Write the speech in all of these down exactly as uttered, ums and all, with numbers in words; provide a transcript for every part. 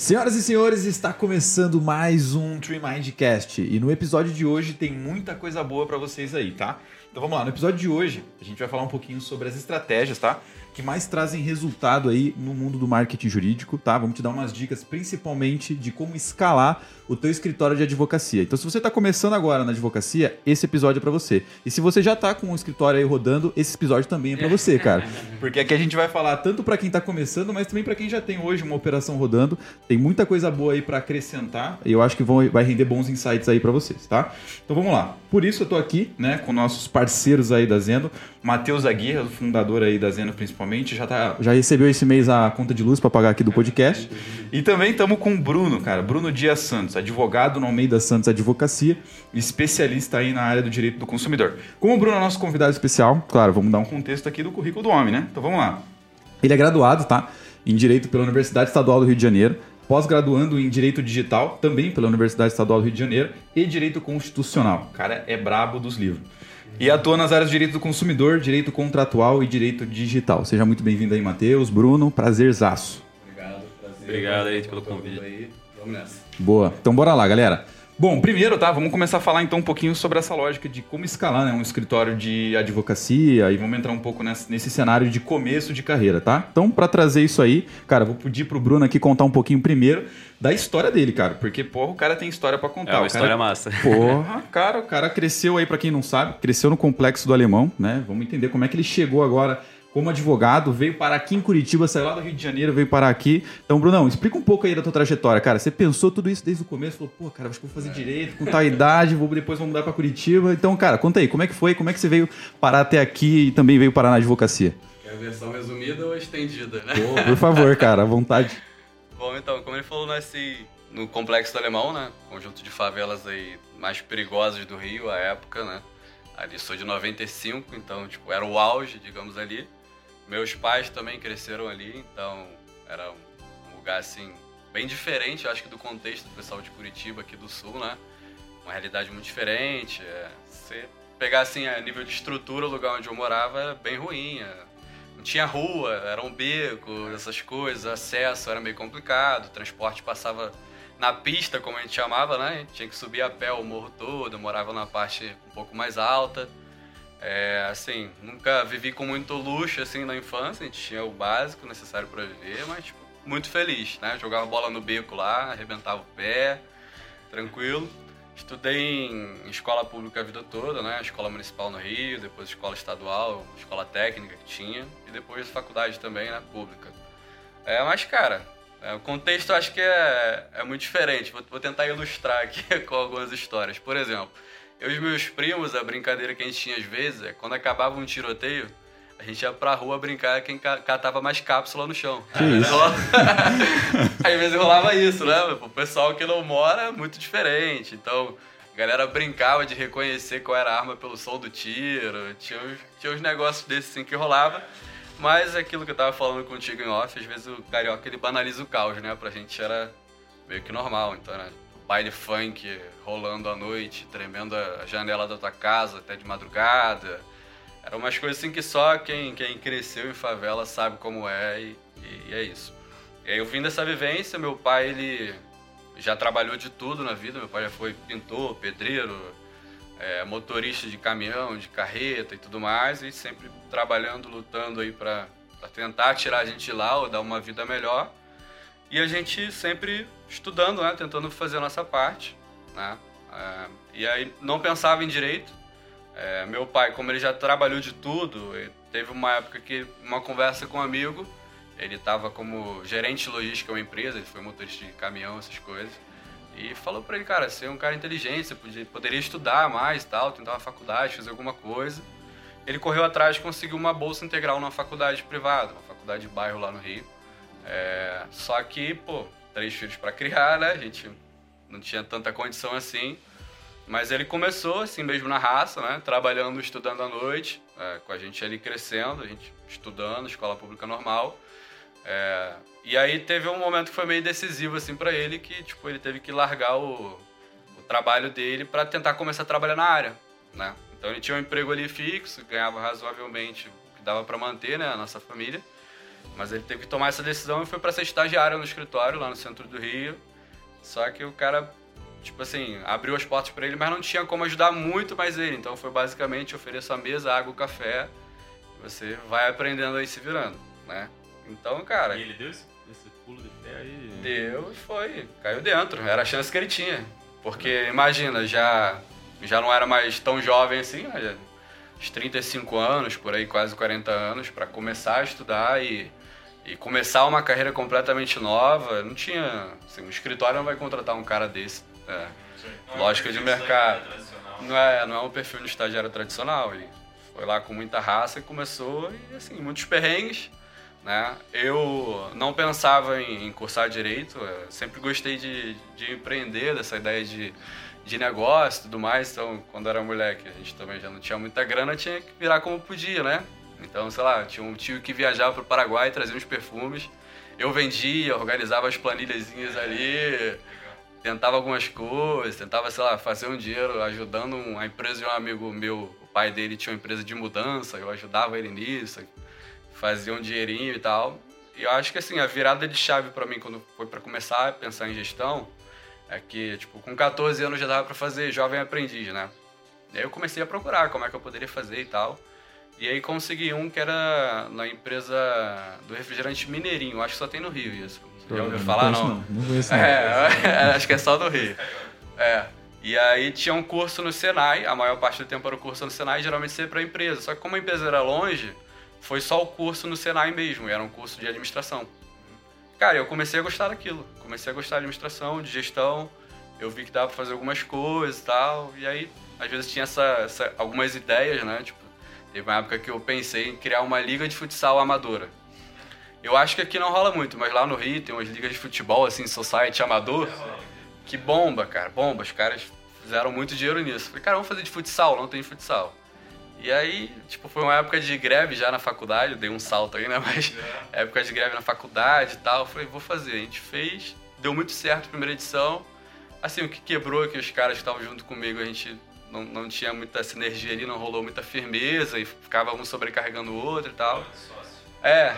Senhoras e senhores, está começando mais um Tree Mindcast e no episódio de hoje tem muita coisa boa para vocês aí, tá? Então vamos lá, no episódio de hoje a gente vai falar um pouquinho sobre as estratégias, tá? Que mais trazem resultado aí no mundo do marketing jurídico, tá? Vamos te dar umas dicas principalmente de como escalar o teu escritório de advocacia. Então se você está começando agora na advocacia, esse episódio é para você. E se você já está com um escritório aí rodando, esse episódio também é para você, cara. Porque aqui a gente vai falar tanto para quem está começando, mas também para quem já tem hoje uma operação rodando. Tem muita coisa boa aí para acrescentar e eu acho que vão, vai render bons insights aí para vocês, tá? Então vamos lá. Por isso eu tô aqui, né, com nossos parceiros aí da Zeno. Matheus Aguirre, o fundador aí da Zeno principalmente, já, tá, já recebeu esse mês a conta de luz para pagar aqui do podcast. E também estamos com o Bruno, cara, Bruno Dias Santos, advogado no Almeida Santos Advocacia, especialista aí na área do direito do consumidor. Como o Bruno é nosso convidado especial, claro, vamos dar um contexto aqui do currículo do homem, né? Então vamos lá. Ele é graduado, tá, em Direito pela Universidade Estadual do Rio de Janeiro, pós-graduando em Direito Digital, também pela Universidade Estadual do Rio de Janeiro, e Direito Constitucional. O cara é brabo dos livros. E atua nas áreas de Direito do Consumidor, Direito Contratual e Direito Digital. Seja muito bem-vindo aí, Matheus. Bruno, prazerzaço. Obrigado, prazer. Obrigado aí pelo convite. Aí. Vamos nessa. Boa. Então bora lá, galera. Bom, primeiro, tá, vamos começar a falar então um pouquinho sobre essa lógica de como escalar, né, um escritório de advocacia e vamos entrar um pouco nesse, nesse cenário de começo de carreira, tá? Então, para trazer isso aí, cara, vou pedir pro Bruno aqui contar um pouquinho primeiro da história dele, cara, porque, porra, o cara tem história para contar. É uma o história cara, massa. Porra, cara, o cara cresceu aí, para quem não sabe, cresceu no Complexo do Alemão, né? Vamos entender como é que ele chegou agora como advogado, veio parar aqui em Curitiba, saiu lá do Rio de Janeiro, veio parar aqui. Então, Brunão, explica um pouco aí da tua trajetória, cara. Você pensou tudo isso desde o começo, falou, pô, cara, acho que vou fazer direito, com tal idade, vou, depois vou mudar pra Curitiba. Então, cara, conta aí, como é que foi, como é que você veio parar até aqui e também veio parar na advocacia? Quer a versão resumida ou estendida, né? Pô, por favor, cara, à vontade. Bom, então, como ele falou, nasci no Complexo do Alemão, né? Conjunto de favelas aí mais perigosas do Rio, à época, né? Ali sou de noventa e cinco, então, tipo, era o auge, digamos ali. Meus pais também cresceram ali, então era um lugar, assim, bem diferente, eu acho que do contexto do pessoal de Curitiba, aqui do Sul, né? Uma realidade muito diferente. É, você pegar, assim, a nível de estrutura, o lugar onde eu morava era bem ruim. É, não tinha rua, era um beco, essas coisas, acesso era meio complicado, o transporte passava na pista, como a gente chamava, né? A gente tinha que subir a pé o morro todo, eu morava na parte um pouco mais alta. É, assim, nunca vivi com muito luxo, assim, na infância, a gente tinha o básico necessário para viver, mas, tipo, muito feliz, né? Jogava bola no beco lá, arrebentava o pé, tranquilo. Estudei em escola pública a vida toda, né? Escola municipal no Rio, depois escola estadual, escola técnica que tinha, e depois faculdade também, né? Pública. É, mas, cara, é, o contexto eu acho que é, é muito diferente. Vou, vou tentar ilustrar aqui com algumas histórias. Por exemplo, eu e os meus primos, a brincadeira que a gente tinha às vezes é quando acabava um tiroteio, a gente ia pra rua brincar quem catava mais cápsula no chão. Que isso? Às vezes rolava isso, né? O pessoal que não mora é muito diferente. Então, a galera brincava de reconhecer qual era a arma pelo som do tiro. Tinha uns, tinha uns negócios desses assim que rolava. Mas aquilo que eu tava falando contigo em off, às vezes o carioca ele banaliza o caos, né? Pra gente era meio que normal. Então, né? Baile funk rolando à noite, tremendo a janela da tua casa até de madrugada. Eram umas coisas assim que só quem, quem cresceu em favela sabe como é e, e é isso. E aí eu vim dessa vivência, meu pai ele já trabalhou de tudo na vida, meu pai já foi pintor, pedreiro, é, motorista de caminhão, de carreta e tudo mais, e sempre trabalhando, lutando aí pra, pra tentar tirar a gente de lá ou dar uma vida melhor. E a gente sempre estudando, né? Tentando fazer a nossa parte, né? É, e aí não pensava em direito. É, meu pai, como ele já trabalhou de tudo, teve uma época que, uma conversa com um amigo, ele estava como gerente de logística em uma empresa, ele foi motorista de caminhão, essas coisas, e falou para ele, cara, você é um cara inteligente, você podia, poderia estudar mais, tal, tentar uma faculdade, fazer alguma coisa. Ele correu atrás e conseguiu uma bolsa integral numa faculdade privada, uma faculdade de bairro lá no Rio. É, só que, pô, três filhos para criar, né? A gente não tinha tanta condição assim. Mas ele começou assim mesmo na raça, né? Trabalhando, estudando à noite, é, com a gente ali crescendo, a gente estudando, escola pública normal. É, e aí teve um momento que foi meio decisivo assim para ele, que tipo, ele teve que largar o, o trabalho dele para tentar começar a trabalhar na área, né? Então ele tinha um emprego ali fixo, ganhava razoavelmente o que dava para manter, né, a nossa família. Mas ele teve que tomar essa decisão e foi para ser estagiário no escritório, lá no centro do Rio. Só que o cara, tipo assim, abriu as portas para ele, mas não tinha como ajudar muito mais ele. Então foi basicamente oferecer a mesa, água, café. Você vai aprendendo aí se virando, né? Então, cara... E ele deu esse, esse pulo de fé aí? Deu e foi. Caiu dentro. Era a chance que ele tinha. Porque, imagina, já, já não era mais tão jovem assim, né? Uns trinta e cinco anos, por aí, quase quarenta anos, para começar a estudar e, e começar uma carreira completamente nova. Não tinha... Assim, o escritório não vai contratar um cara desse. É. Lógica de mercado. Não é, não é um perfil de estagiário tradicional. Ele foi lá com muita raça e começou, e assim, muitos perrengues, né? Eu não pensava em, em cursar direito, sempre gostei de, de empreender, dessa ideia de, de negócio e tudo mais. Então, quando era moleque, a gente também já não tinha muita grana, tinha que virar como podia, né? Então, sei lá, tinha um tio que viajava para o Paraguai e trazia uns perfumes. Eu vendia, organizava as planilhazinhas ali, tentava algumas coisas, tentava, sei lá, fazer um dinheiro ajudando a empresa de um amigo meu. O pai dele tinha uma empresa de mudança, eu ajudava ele nisso, fazia um dinheirinho e tal. E eu acho que, assim, a virada de chave para mim, quando foi para começar a pensar em gestão, é que, tipo, com catorze anos já dava para fazer jovem aprendiz, né? E aí eu comecei a procurar como é que eu poderia fazer e tal. E aí consegui um que era na empresa do refrigerante Mineirinho, acho que só tem no Rio isso. Você já ouviu falar, não? Não, não conheço não. É, acho que é só do Rio. É. E aí tinha um curso no Senai, a maior parte do tempo era o curso no Senai, geralmente sempre para a empresa. Só que como a empresa era longe, foi só o curso no Senai mesmo, era um curso de administração. Cara, eu comecei a gostar daquilo, comecei a gostar de administração, de gestão, eu vi que dava para fazer algumas coisas e tal, e aí às vezes tinha essa, essa, algumas ideias, né, tipo, teve uma época que eu pensei em criar uma liga de futsal amadora. Eu acho que aqui não rola muito, mas lá no Rio tem umas ligas de futebol, assim, society amador, que bomba, cara, bomba, os caras fizeram muito dinheiro nisso. Falei, cara, vamos fazer de futsal, não tem futsal. E aí, tipo, foi uma época de greve já na faculdade, eu dei um salto aí, né, mas é. época de greve na faculdade e tal, eu falei, vou fazer. A gente fez, deu muito certo a primeira edição. Assim, o que quebrou é que os caras que estavam junto comigo, a gente não, não tinha muita sinergia ali, não rolou muita firmeza e ficava um sobrecarregando o outro e tal. É.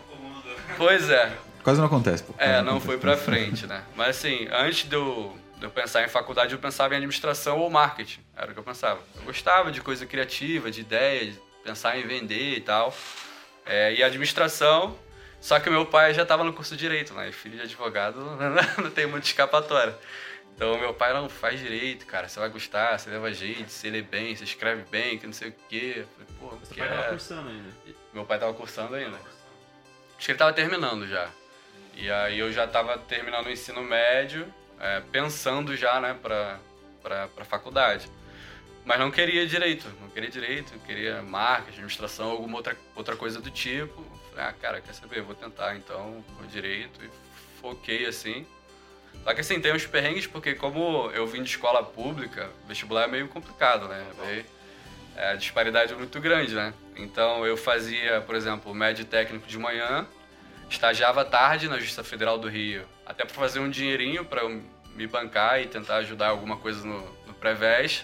Pois é. Quase não acontece, pô. É, não foi pra frente, né? Mas assim, antes de eu, de eu pensar em faculdade, eu pensava em administração ou marketing. Era o que eu pensava. Eu gostava de coisa criativa, de ideia, de pensar em vender e tal. É, e administração, só que meu pai já estava no curso de Direito, né? E filho de advogado não tem muita escapatória. Então meu pai, não, faz Direito, cara, você vai gostar, você leva jeito, você lê bem, você escreve bem, que não sei o quê. Eu falei, pô, Seu que pai é... tava cursando ainda? Meu pai tava cursando ainda. Acho que ele tava terminando já. E aí eu já tava terminando o ensino médio, é, pensando já, né, pra, pra, pra faculdade. Mas não queria direito, não queria direito, queria marketing, administração, alguma outra, outra coisa do tipo. Falei, ah, cara, quer saber, eu vou tentar então, vou direito, e foquei assim. Só que assim, tem uns perrengues porque como eu vim de escola pública, vestibular é meio complicado, né? Meio, é, a disparidade é muito grande, né? Então eu fazia, por exemplo, médio técnico de manhã, estagiava à tarde na Justiça Federal do Rio, até para fazer um dinheirinho para eu me bancar e tentar ajudar alguma coisa no, no pré-vest.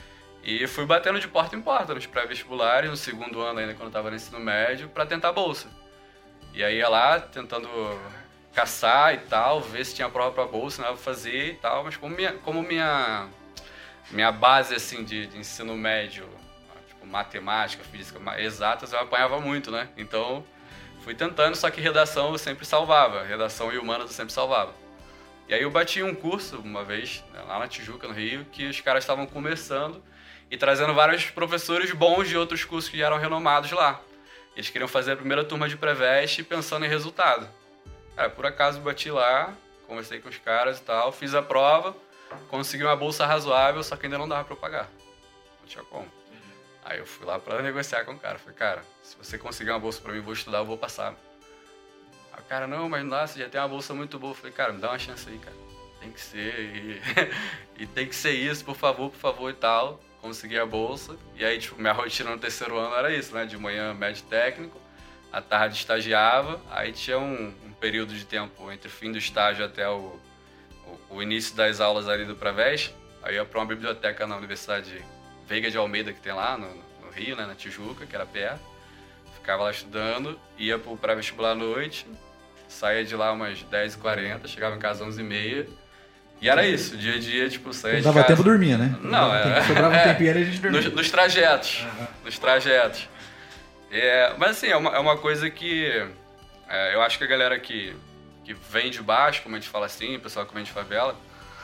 E fui batendo de porta em porta nos pré-vestibulares, no segundo ano ainda, quando eu estava no ensino médio, para tentar bolsa. E aí ia lá, tentando caçar e tal, ver se tinha prova para bolsa, né, fazer e tal. Mas como minha, como minha, minha base assim, de, de ensino médio, tipo matemática, física, exatas, eu apanhava muito, né? Então fui tentando, só que redação eu sempre salvava. Redação e humanas eu sempre salvava. E aí eu bati um curso uma vez, né, lá na Tijuca, no Rio, que os caras estavam começando e trazendo vários professores bons de outros cursos que eram renomados lá. Eles queriam fazer a primeira turma de pré-veste pensando em resultado. Cara, por acaso bati lá, conversei com os caras e tal, fiz a prova, consegui uma bolsa razoável, só que ainda não dava pra eu pagar. Não tinha como. Aí eu fui lá pra negociar com o cara. Falei, cara, se você conseguir uma bolsa pra mim, eu vou estudar, eu vou passar. Aí o cara, não, mas nossa, já tem uma bolsa muito boa. Eu falei, cara, me dá uma chance aí, cara. Tem que ser, e, e tem que ser isso, por favor, por favor e tal. Consegui a bolsa. E aí, tipo, minha rotina no terceiro ano era isso, né? De manhã, médio técnico, à tarde estagiava. Aí tinha um, um período de tempo entre o fim do estágio até o, o, o início das aulas ali do pré-veste. Aí eu ia pra uma biblioteca na Universidade Veiga de Almeida, que tem lá no, no Rio, né, na Tijuca, que era perto. ficava lá estudando, ia pro pré-vestibular à noite, saía de lá umas dez e quarenta, chegava em casa às onze e meia. E era isso, dia a dia, tipo, saía de Dava casa. tempo, dormia, né? Não, é... Sobrava um é, tempinho e a gente dormia. Nos, nos trajetos, uhum. nos trajetos. É, mas assim, é uma, é uma coisa que é, eu acho que a galera que, que vem de baixo, como a gente fala assim, o pessoal que vem de favela,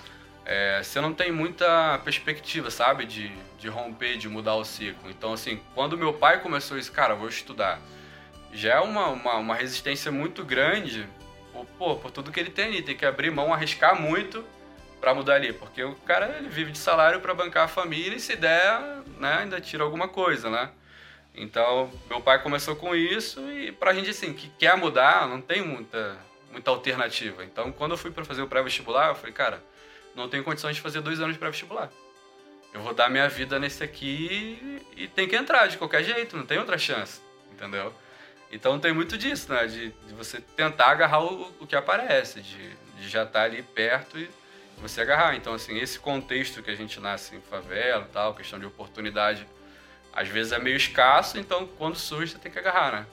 é, você não tem muita perspectiva, sabe? De, de romper, de mudar o ciclo. Então, assim, quando meu pai começou isso, cara, eu vou estudar, já é uma, uma, uma resistência muito grande, por, pô, por tudo que ele tem ali, tem que abrir mão, arriscar muito pra mudar ali, porque o cara ele vive de salário pra bancar a família e se der, né, ainda tira alguma coisa, né? Então, meu pai começou com isso e pra gente, assim, que quer mudar, não tem muita, muita alternativa. Então, quando eu fui pra fazer o pré-vestibular, eu falei, cara, não tenho condições de fazer dois anos de pré-vestibular. Eu vou dar minha vida nesse aqui e tem que entrar de qualquer jeito, não tem outra chance, entendeu? Então, tem muito disso, né, de, de você tentar agarrar o, o que aparece, de, de já estar ali perto e você agarrar. Então, assim, esse contexto que a gente nasce em favela e tal, questão de oportunidade, às vezes é meio escasso, então quando surge você tem que agarrar, né?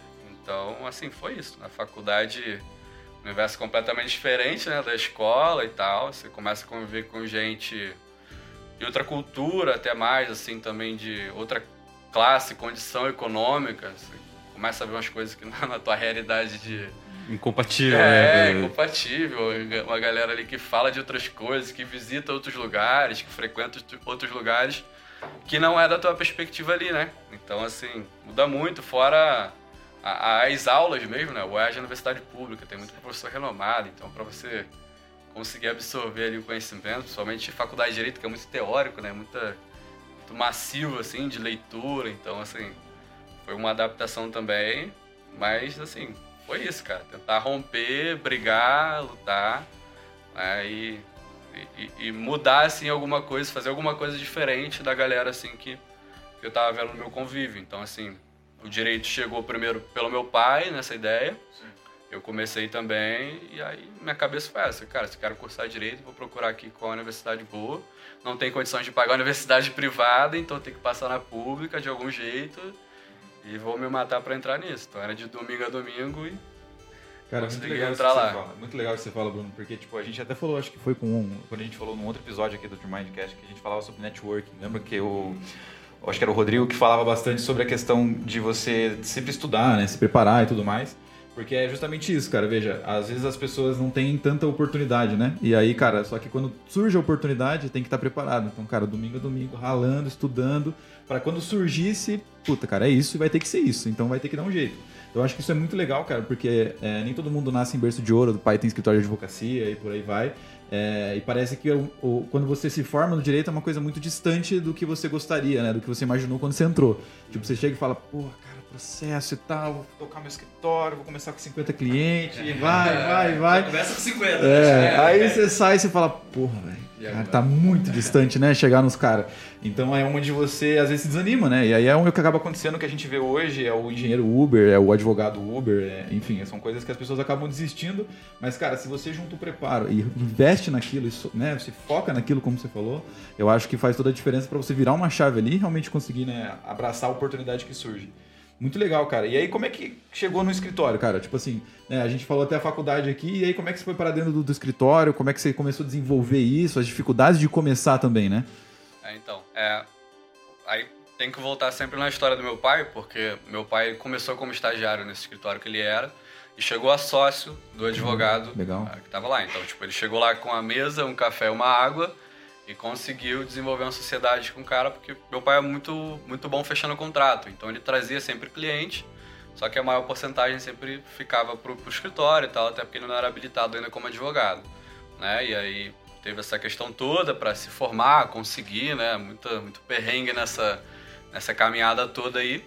Então, assim, foi isso. Na faculdade, um universo completamente diferente, né, da escola e tal. Você começa a conviver com gente de outra cultura, até mais, assim, também de outra classe, condição econômica. Você começa a ver umas coisas que na tua realidade de... Incompatível, é, né? É, incompatível. Uma galera ali que fala de outras coisas, que visita outros lugares, que frequenta outros lugares, que não é da tua perspectiva ali, né? Então, assim, muda muito, fora a, a, as aulas mesmo, né? O U E R J é universidade pública, tem muito professor renomado, então para você conseguir absorver ali o conhecimento, principalmente faculdade de Direito, que é muito teórico, né? Muita, muito massivo, assim, de leitura, então, assim, foi uma adaptação também, mas, assim... Foi isso, cara. Tentar romper, brigar, lutar, né? e, e, e mudar, assim, alguma coisa, fazer alguma coisa diferente da galera, assim, que, que eu tava vendo no meu convívio. Então, assim, o direito chegou primeiro pelo meu pai, nessa ideia. Sim. Eu comecei também, e aí minha cabeça foi essa. Cara, se quero cursar direito, vou procurar aqui qual é a universidade boa. Não tem condições de pagar a universidade privada, então tem que passar na pública de algum jeito. E vou me matar pra entrar nisso. Então era de domingo a domingo e Cara, consegui muito legal entrar lá. Fala. Muito legal o que você fala, Bruno, porque tipo, a gente até falou, acho que foi com um, quando a gente falou num outro episódio aqui do Mindcast, que a gente falava sobre networking. Lembra que o eu acho que era o Rodrigo que falava bastante sobre a questão de você sempre estudar, né, se preparar e tudo mais. Porque é justamente isso, cara. Veja, às vezes as pessoas não têm tanta oportunidade, né? E aí, cara, só que quando surge a oportunidade, tem que estar preparado. Então, cara, domingo a domingo, ralando, estudando, para quando surgisse, puta, cara, é isso e vai ter que ser isso. Então vai ter que dar um jeito. Eu acho que isso é muito legal, cara, porque é, nem todo mundo nasce em berço de ouro, o pai tem escritório de advocacia e por aí vai. É, e parece que o, o, quando você se forma no direito é uma coisa muito distante do que você gostaria, né? Do que você imaginou quando você entrou. Tipo, você chega e fala, porra, cara, processo e tal, vou tocar meu escritório, vou começar com cinquenta clientes, e vai, vai, vai. Começa com cinquenta. É, né? aí é. Você sai e você fala, porra, velho. Cara, tá muito distante, né? Chegar nos caras. Então é onde você às vezes se desanima, né? E aí é onde que acaba acontecendo o que a gente vê hoje, é o engenheiro Uber, é o advogado Uber, é, enfim, são coisas que as pessoas acabam desistindo. Mas, cara, se você junta o preparo e investe naquilo, e, né, se foca naquilo, como você falou, eu acho que faz toda a diferença para você virar uma chave ali e realmente conseguir, né, abraçar a oportunidade que surge. Muito legal, cara. E aí, como é que chegou no escritório, cara? Tipo assim, né, a gente falou até a faculdade aqui, e aí como é que você foi para dentro do, do escritório? Como é que você começou a desenvolver isso? As dificuldades de começar também, né? É, então, é... Aí tem que voltar sempre na história do meu pai, porque meu pai começou como estagiário nesse escritório que ele era, e chegou a sócio do advogado legal. que estava lá. Então, tipo, ele chegou lá com a mesa, um café, uma água, e conseguiu desenvolver uma sociedade com o cara, porque meu pai é muito, muito bom fechando contrato. Então ele trazia sempre cliente, só que a maior porcentagem sempre ficava pro, pro escritório e tal, até porque ele não era habilitado ainda como advogado, né? E aí teve essa questão toda para se formar, conseguir, né? Muito, muito perrengue nessa, nessa caminhada toda aí.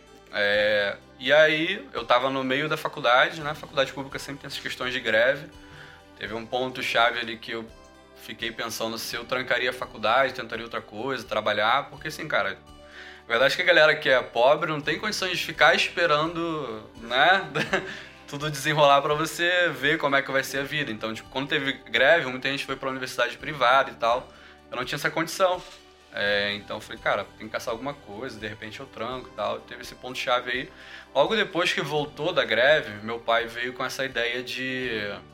É, e aí eu tava no meio da faculdade, né? A faculdade pública sempre tem essas questões de greve. Teve um ponto-chave ali que eu fiquei pensando se eu trancaria a faculdade, tentaria outra coisa, trabalhar, porque assim, cara, a verdade é que a galera que é pobre não tem condições de ficar esperando, né, tudo desenrolar pra você ver como é que vai ser a vida. Então, tipo, quando teve greve, muita gente foi pra universidade privada e tal, eu não tinha essa condição. É, então eu falei, cara, tem que caçar alguma coisa, de repente eu tranco e tal. Teve esse ponto-chave aí. Logo depois que voltou da greve, meu pai veio com essa ideia de,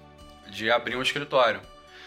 de abrir um escritório.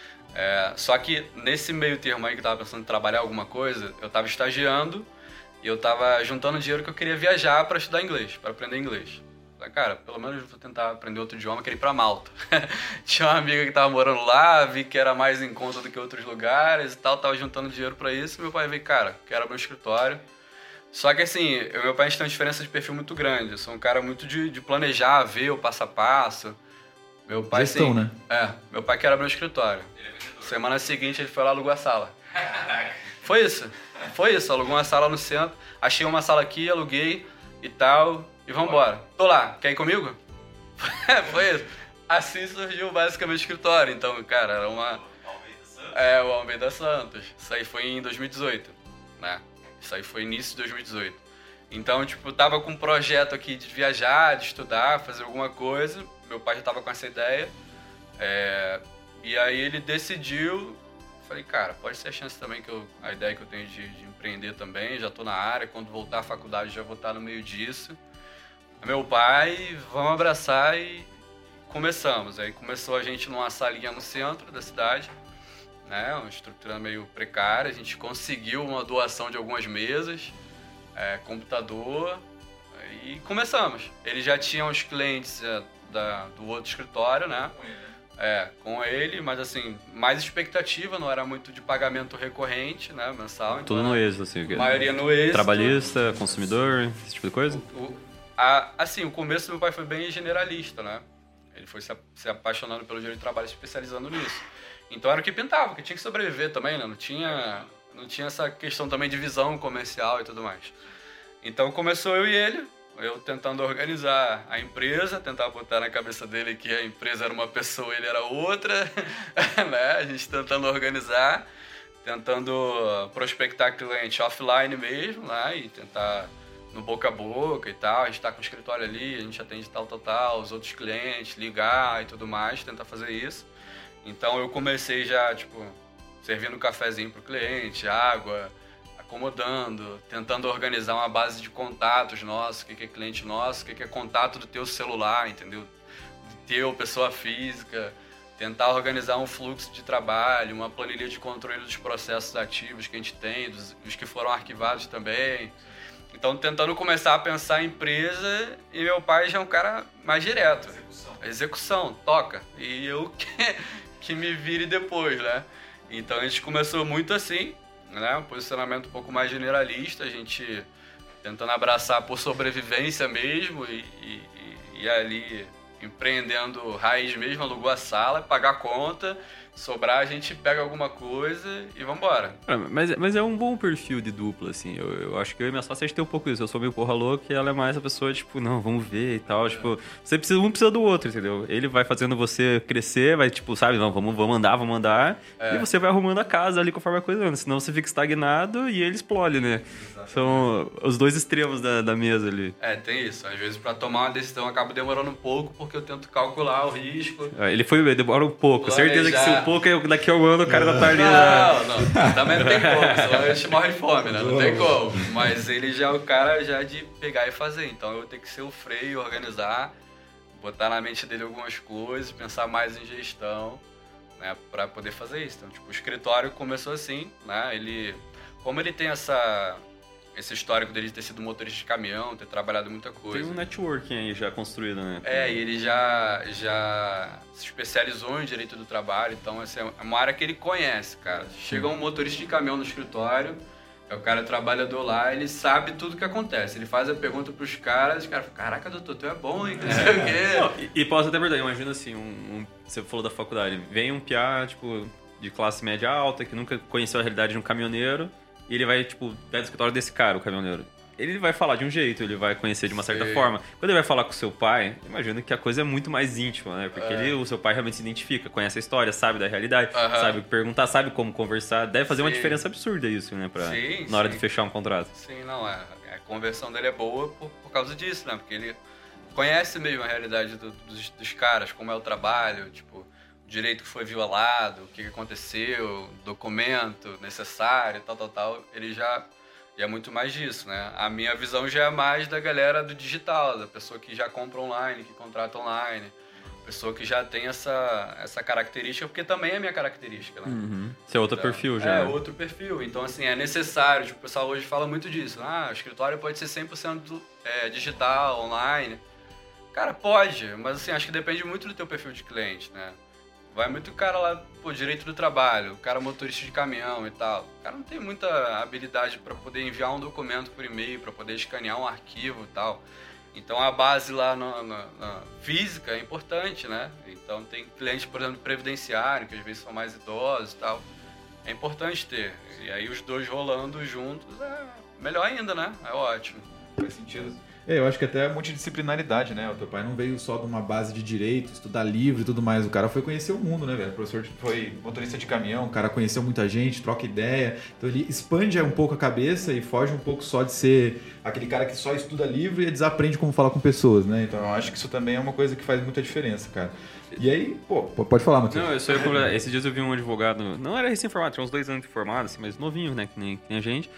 É, só que nesse meio termo aí que eu tava pensando em trabalhar alguma coisa, eu tava estagiando e eu tava juntando dinheiro que eu queria viajar para estudar inglês, para aprender inglês. Falei, cara, pelo menos vou tentar aprender outro idioma, eu queria ir pra Malta. Tinha uma amiga que tava morando lá, vi que era mais em conta do que outros lugares e tal, tava juntando dinheiro para isso. Meu pai veio, cara, quero abrir um escritório. Só que assim, eu, meu pai a gente tem uma diferença de perfil muito grande. Eu sou um cara muito de, de planejar, ver o passo a passo. Meu pai, Gestão, assim, né? É, meu pai quer abrir um escritório. Semana seguinte ele foi lá, alugou a sala. Foi isso, foi isso, alugou uma sala no centro, achei uma sala aqui, aluguei e tal, e vambora. Tô lá, quer ir comigo? Foi isso. Assim surgiu basicamente o escritório, então, cara, era uma... É, o Almeida Santos. Isso aí foi em dois mil e dezoito, né? Isso aí foi início de dois mil e dezoito. Então, tipo, eu tava com um projeto aqui de viajar, de estudar, fazer alguma coisa. Meu pai já tava com essa ideia. É... E aí ele decidiu, falei, cara, pode ser a chance também que eu, a ideia que eu tenho de, de empreender também, já tô na área, quando voltar à faculdade já vou estar no meio disso. Meu pai, vamos abraçar e começamos. Aí começou a gente numa salinha no centro da cidade, né, uma estrutura meio precária, a gente conseguiu uma doação de algumas mesas, é, computador, e começamos. Ele já tinha uns clientes é, da, do outro escritório, né? É, com ele, mas assim, mais expectativa, não era muito de pagamento recorrente, né, mensal. Então Tudo no êxito, assim. A maioria no êxito. Trabalhista, consumidor, esse tipo de coisa? O, o, a, assim, o começo do meu pai foi bem generalista, né? Ele foi se, se apaixonando pelo direito de trabalho, se especializando nisso. Então era o que pintava, porque tinha que sobreviver também, né? Não tinha, não tinha essa questão também de visão comercial e tudo mais. Então começou eu e ele, eu tentando organizar a empresa, tentar botar na cabeça dele que a empresa era uma pessoa, ele era outra, né? A gente tentando organizar, tentando prospectar cliente offline mesmo, né? E tentar no boca a boca e tal, a gente tá com o escritório ali, a gente atende tal, tal, tal, os outros clientes, ligar e tudo mais, tentar fazer isso. Então eu comecei já, tipo, servindo cafezinho pro cliente, água, acomodando, tentando organizar uma base de contatos nossos, o que é cliente nosso, o que é contato do teu celular, entendeu? Do teu, pessoa física, tentar organizar um fluxo de trabalho, uma planilha de controle dos processos ativos que a gente tem, dos, dos que foram arquivados também. Então, tentando começar a pensar em empresa, e meu pai já é um cara mais direto. Execução. Execução, toca. E eu que, que me vire depois, né? Então, a gente começou muito assim, né? Um posicionamento um pouco mais generalista, a gente tentando abraçar por sobrevivência mesmo e, e, e ali empreendendo raiz mesmo, alugou a sala, pagar a conta, sobrar a gente pega alguma coisa e vambora. Mas, mas é um bom perfil de dupla, assim, eu, eu acho que eu e minha sócia a gente tem um pouco isso, eu sou meio porra louca e ela é mais a pessoa, tipo, não, vamos ver e tal, é. Tipo, você precisa, um precisa do outro, entendeu? Ele vai fazendo você crescer, vai, tipo, sabe, não, vamos, vamos andar, vamos andar, é. E você vai arrumando a casa ali conforme a coisa anda, senão você fica estagnado e ele explode, né? Exatamente. São os dois extremos da, da mesa ali. É, tem isso, às vezes pra tomar uma decisão acaba demorando um pouco, porque eu tento calcular o risco. É, ele foi, demora um pouco, planejar. Certeza que se um pouco, daqui a um ano o cara já tá ali. Não, não, também não tem como, senão a gente morre de fome, né? Não tem como. Mas ele já é o cara já de pegar e fazer, então eu tenho que ser o freio, organizar, botar na mente dele algumas coisas, pensar mais em gestão, né, pra poder fazer isso. Então, tipo, o escritório começou assim, né? Ele, como ele tem essa... esse histórico dele de ter sido motorista de caminhão, ter trabalhado muita coisa. Tem um networking aí já construído, né? É, e ele já, já se especializou em direito do trabalho, então essa é uma área que ele conhece, cara. Chega um motorista de caminhão no escritório, é o cara trabalhador lá, ele sabe tudo que acontece. Ele faz a pergunta pros caras, os caras falam, caraca, doutor, tu é bom, hein? Não sei o quê. Não, e, e posso até verdade, imagina assim, um, um, você falou da faculdade, vem um piá, tipo, de classe média alta, que nunca conheceu a realidade de um caminhoneiro, e ele vai, tipo, vai no escritório desse cara, o caminhoneiro. Ele vai falar de um jeito, ele vai conhecer de uma certa Sim. forma. Quando ele vai falar com o seu pai, imagina que a coisa é muito mais íntima, né? Porque é. ele, o seu pai realmente se identifica, conhece a história, sabe da realidade, uh-huh. sabe o que perguntar, sabe como conversar. Deve fazer Sim. uma diferença absurda isso, né? Pra, Sim, na hora sim. de fechar um contrato. Sim, não, é. A conversão dele é boa por, por causa disso, né? Porque ele conhece mesmo a realidade do, dos, dos caras, como é o trabalho, tipo... direito que foi violado, o que aconteceu, documento necessário, tal, tal, tal, ele já, já é muito mais disso, né? A minha visão já é mais da galera do digital, da pessoa que já compra online, que contrata online, pessoa que já tem essa, essa característica, porque também é minha característica, né? Uhum. Esse é outro então, perfil já. É, outro perfil. Então, assim, é necessário. Tipo, o pessoal hoje fala muito disso. Ah, o escritório pode ser cem por cento é, digital, online. Cara, pode, mas assim, acho que depende muito do teu perfil de cliente, né? Vai muito o cara lá, pô, direito do trabalho, o cara motorista de caminhão e tal. O cara não tem muita habilidade para poder enviar um documento por e-mail, para poder escanear um arquivo e tal. Então a base lá na, na, na física é importante, né? Então tem clientes, por exemplo, previdenciário, que às vezes são mais idosos e tal. É importante ter. E aí os dois rolando juntos é melhor ainda, né? É ótimo. Faz sentido. É, eu acho que até a multidisciplinaridade, né? O teu pai não veio só de uma base de direito, estudar livro e tudo mais. O cara foi conhecer o mundo, né, velho? O professor foi motorista de caminhão, o cara conheceu muita gente, troca ideia. Então ele expande um pouco a cabeça e foge um pouco só de ser aquele cara que só estuda livro e desaprende como falar com pessoas, né? Então eu acho que isso também é uma coisa que faz muita diferença, cara. E aí, pô, pode falar, Matheus. Não, eu só ia completar. Esses dias eu vi um advogado, não era recém-formado, tinha uns dois anos de formado, assim, mas novinho, né, que nem, que nem a gente.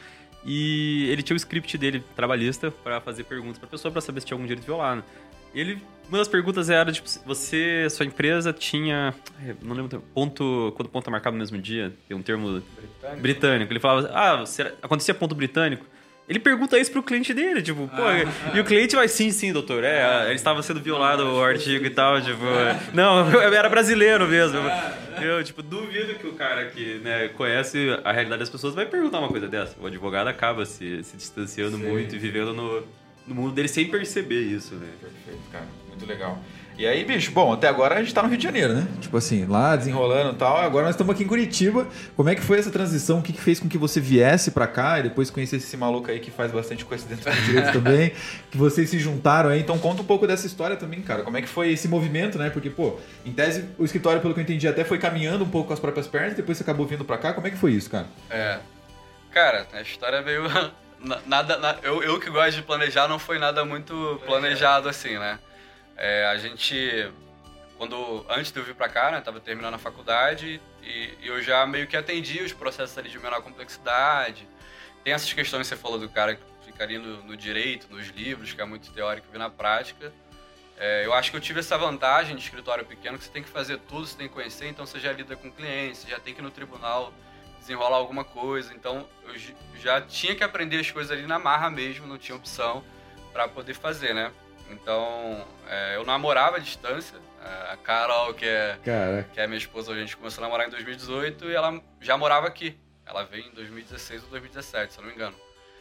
E ele tinha o script dele, trabalhista, pra fazer perguntas pra pessoa, pra saber se tinha algum direito violado. E ele, uma das perguntas era, tipo, você, sua empresa tinha, não lembro, ponto, quando ponto é marcado no mesmo dia, tem um termo britânico. britânico. Ele falava, ah, será, acontecia ponto britânico? Ele pergunta isso pro cliente dele, tipo, pô, ah, e o cliente vai, sim, sim, doutor, é, ah, ele estava sendo violado não, o artigo e tal, tipo, não, eu era brasileiro mesmo. Eu, tipo, duvido que o cara que, né, conhece a realidade das pessoas vai perguntar uma coisa dessa. O advogado acaba se, se distanciando sim, muito e vivendo no, no mundo dele sem perceber isso, né? Perfeito, cara, muito legal. E aí, bicho, bom, até agora a gente tá no Rio de Janeiro, né? Tipo assim, lá desenrolando e tal. Agora nós estamos aqui em Curitiba. Como é que foi essa transição? O que, que fez com que você viesse pra cá e depois conhecesse esse maluco aí que faz bastante coisa dentro do direito também? Que vocês se juntaram aí. Então conta um pouco dessa história também, cara. Como é que foi esse movimento, né? Porque, pô, em tese, o escritório, pelo que eu entendi, até foi caminhando um pouco com as próprias pernas. Depois você acabou vindo pra cá. Como é que foi isso, cara? É. Cara, a história veio... nada, nada eu, eu que gosto de planejar, não foi nada muito planejado assim, né? É, a gente, quando, antes de eu vir pra cá, né, tava terminando a faculdade e, e eu já meio que atendi os processos ali de menor complexidade. Tem essas questões que você falou do cara que ficaria no, no direito, nos livros, que é muito teórico e na prática. É, eu acho que eu tive essa vantagem de escritório pequeno, que você tem que fazer tudo, você tem que conhecer, então você já lida com clientes, você já tem que ir no tribunal desenrolar alguma coisa. Então eu já tinha que aprender as coisas ali na marra mesmo, não tinha opção para poder fazer, né? Então, é, eu namorava à distância. A Carol, que é, que é minha esposa, a gente começou a namorar em dois mil e dezoito e ela já morava aqui. Ela veio em dois mil e dezesseis ou dois mil e dezessete, se eu não me engano.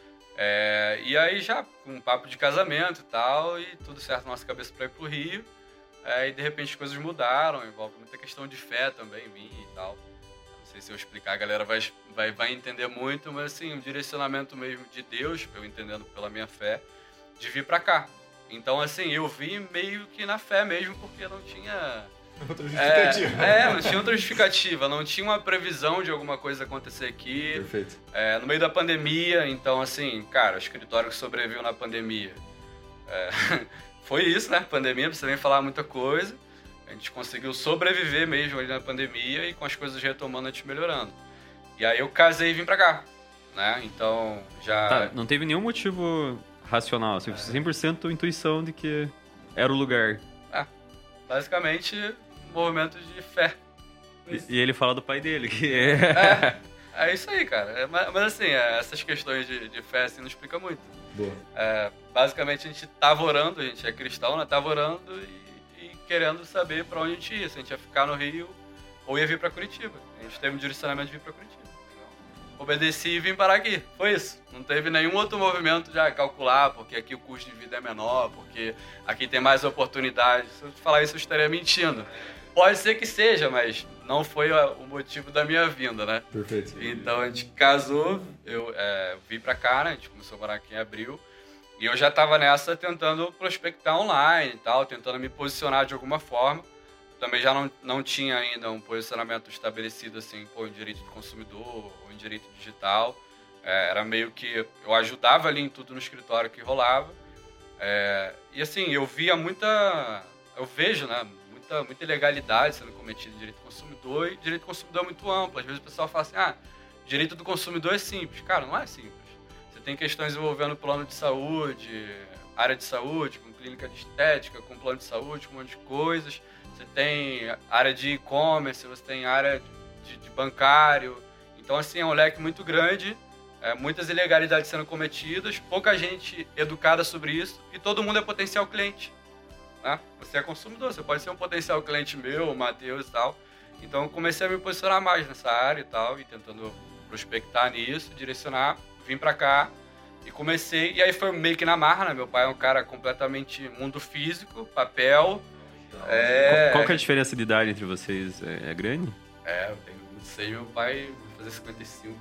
É, e aí já com um papo de casamento e tal, e tudo certo na nossa cabeça para ir pro Rio. É, e de repente as coisas mudaram, envolve muita questão de fé também em mim e tal. Não sei se eu explicar, a galera vai, vai, vai entender muito, mas assim, um direcionamento mesmo de Deus, eu entendendo pela minha fé, de vir para cá. Então, assim, eu vim meio que na fé mesmo, porque não tinha... Outra justificativa. É, é, não tinha outra justificativa, não tinha uma previsão de alguma coisa acontecer aqui. Perfeito. É, no meio da pandemia, então, assim, cara, o escritório que sobreviveu na pandemia. É, foi isso, né? Pandemia, não precisa nem falar muita coisa. A gente conseguiu sobreviver mesmo ali na pandemia e com as coisas retomando, a gente melhorando. E aí eu casei e vim pra cá, né? Então, já... Tá, não teve nenhum motivo... racional, assim, cem por cento intuição de que era o lugar. É, basicamente, movimento de fé. E, e ele fala do pai dele, que é... É, é isso aí, cara. É, mas, mas assim, é, essas questões de, de fé, assim, não explica muito. Boa. É, basicamente, a gente tava orando, a gente é cristão, né? Tava orando e, e querendo saber pra onde a gente ia. Se a gente ia ficar no Rio ou ia vir pra Curitiba. A gente teve um direcionamento de vir pra Curitiba. Obedeci e vim parar aqui. Foi isso. Não teve nenhum outro movimento de ah, calcular, porque aqui o custo de vida é menor, porque aqui tem mais oportunidades. Se eu te falar isso, eu estaria mentindo. Pode ser que seja, mas não foi o motivo da minha vinda, né? Perfeito. Então a gente casou, eu é, vim pra cá, né? A gente começou a morar aqui em abril. E eu já tava nessa tentando prospectar online e tal, tentando me posicionar de alguma forma. Também já não, não tinha ainda um posicionamento estabelecido assim, pô, em direito do consumidor ou em direito digital. É, era meio que eu ajudava ali em tudo no escritório que rolava. É, e assim, eu via muita... Eu vejo, né? Muita muita, muita ilegalidade sendo cometida em direito do consumidor, e direito do consumidor é muito amplo. Às vezes o pessoal fala assim, ah, direito do consumidor é simples. Cara, não é simples. Você tem questões envolvendo plano de saúde, área de saúde, com clínica de estética, com plano de saúde, com um monte de coisas. Você tem área de e-commerce, você tem área de, de bancário. Então, assim, é um leque muito grande, é, muitas ilegalidades sendo cometidas, pouca gente educada sobre isso, e todo mundo é potencial cliente. Né? Você é consumidor, você pode ser um potencial cliente meu, o Matheus e tal. Então, eu comecei a me posicionar mais nessa área e tal, e tentando prospectar nisso, direcionar, vim pra cá e comecei. E aí foi meio que na marra, né? Meu pai é um cara completamente mundo físico, papel. É... Qual, qual que é a diferença de idade entre vocês? É, é grande? É, eu tenho vinte e seis, meu pai vai fazer cinquenta e cinco.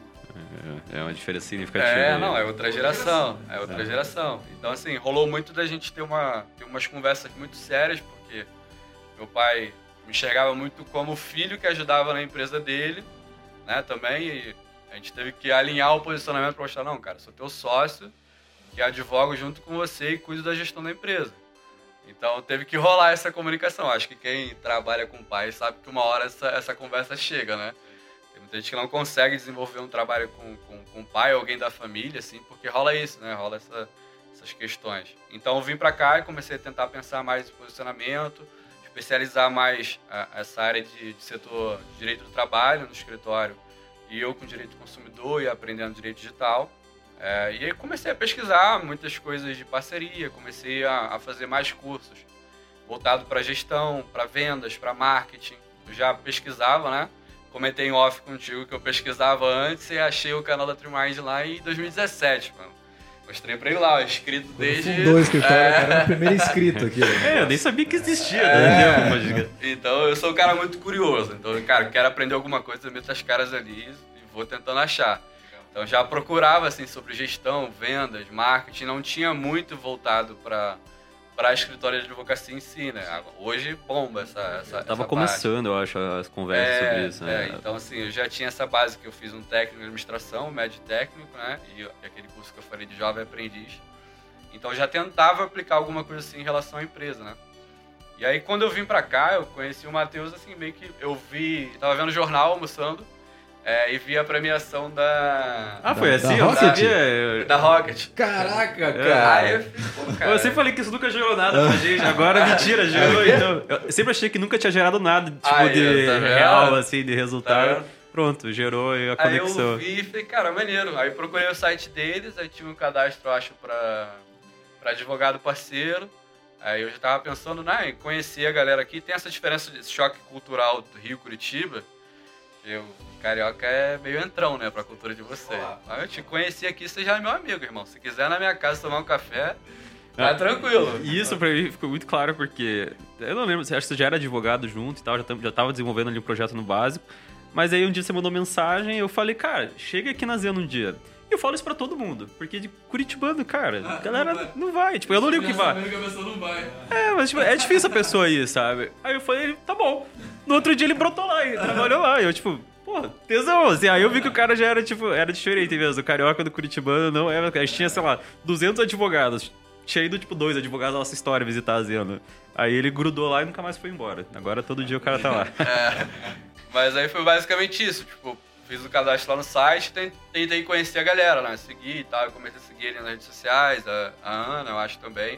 É, é uma diferença significativa. É, não, é outra geração. É outra geração. Então, assim, rolou muito da gente ter, uma, ter umas conversas muito sérias, porque meu pai me enxergava muito como filho que ajudava na empresa dele, né, também, e a gente teve que alinhar o posicionamento para mostrar, não, cara, sou teu sócio, que advogo junto com você e cuido da gestão da empresa. Então, teve que rolar essa comunicação. Acho que quem trabalha com pai sabe que uma hora essa, essa conversa chega, né? Tem muita gente que não consegue desenvolver um trabalho com, com, com pai ou alguém da família, assim, porque rola isso, né? Rola essa, essas questões. Então, eu vim para cá e comecei a tentar pensar mais em posicionamento, especializar mais a, essa área de, de setor de direito do trabalho no escritório, e eu com direito do consumidor e aprendendo direito digital. É, e aí comecei a pesquisar muitas coisas de parceria, comecei a, a fazer mais cursos voltado para gestão, para vendas, para marketing. Eu já pesquisava, né? Comentei em off contigo que eu pesquisava antes e achei o canal da Trimind lá em dois mil e dezessete, mano. Mostrei pra ele lá, ó, inscrito desde... Fundou o escritório, é... cara, era o primeiro inscrito aqui. Né? É, eu nem sabia que existia. É. Né? Então, eu sou um cara muito curioso. Então, cara, quero aprender alguma coisa, eu meto as caras ali e vou tentando achar. Então, já procurava, assim, sobre gestão, vendas, marketing. Não tinha muito voltado para para escritório de advocacia em si, né? Hoje bomba essa, essa eu tava essa começando, parte. eu acho, as conversas é, sobre isso. Né? É, então, assim, eu já tinha essa base que eu fiz um técnico de administração, um médio técnico, né? E aquele curso que eu falei de jovem aprendiz. Então, eu já tentava aplicar alguma coisa assim em relação à empresa, né? E aí, quando eu vim pra cá, eu conheci o Matheus, assim, meio que eu vi... Tava vendo o jornal, almoçando, é, e vi a premiação da... Ah, foi da, assim? Da eu Rocket? sabia. Da Rocket. Caraca, cara! Aí eu fiz, pô, cara... Eu sempre falei que isso nunca gerou nada pra gente, agora mentira, gerou, então... Eu sempre achei que nunca tinha gerado nada, tipo, Aí, de tá real, assim, de resultado. Tá Pronto, gerou a aí conexão. Aí eu vi e falei, cara, maneiro. Aí procurei o site deles, aí tinha um cadastro, acho, pra, pra advogado parceiro. Aí eu já tava pensando, né, em conhecer a galera aqui. Tem essa diferença de choque cultural do Rio, Curitiba. Eu, carioca é meio entrão, né, pra cultura de você. Aí eu te conheci aqui, você já é meu amigo, irmão. Se quiser na minha casa tomar um café, tá ah, tranquilo. E isso pra mim ficou muito claro, porque eu não lembro, acho que você já era advogado junto e tal, já, já tava desenvolvendo ali um projeto no básico. Mas aí um dia você mandou mensagem e eu falei, cara, chega aqui na Zena um dia. E eu falo isso pra todo mundo, porque de curitibano, cara, ah, a galera não vai. não vai. Tipo, eu não ligo que vai. A pessoa não vai. É, mas tipo, é difícil a pessoa ir, sabe? Aí eu falei, tá bom. No outro dia ele brotou lá e trabalhou lá. E eu, tipo, pô, tesão. Assim, aí eu vi que o cara já era, tipo, era diferente mesmo. O carioca do curitibano não era. A gente tinha, sei lá, duzentos advogados. Tinha ido, tipo, dois advogados da nossa história visitar a Zena. Aí ele grudou lá e nunca mais foi embora. Agora todo dia o cara tá lá. É, mas aí foi basicamente isso. Tipo, fiz o cadastro lá no site, tentei conhecer a galera, né? Seguir e tal. Eu comecei a seguir ele nas redes sociais, a, a Ana, eu acho também.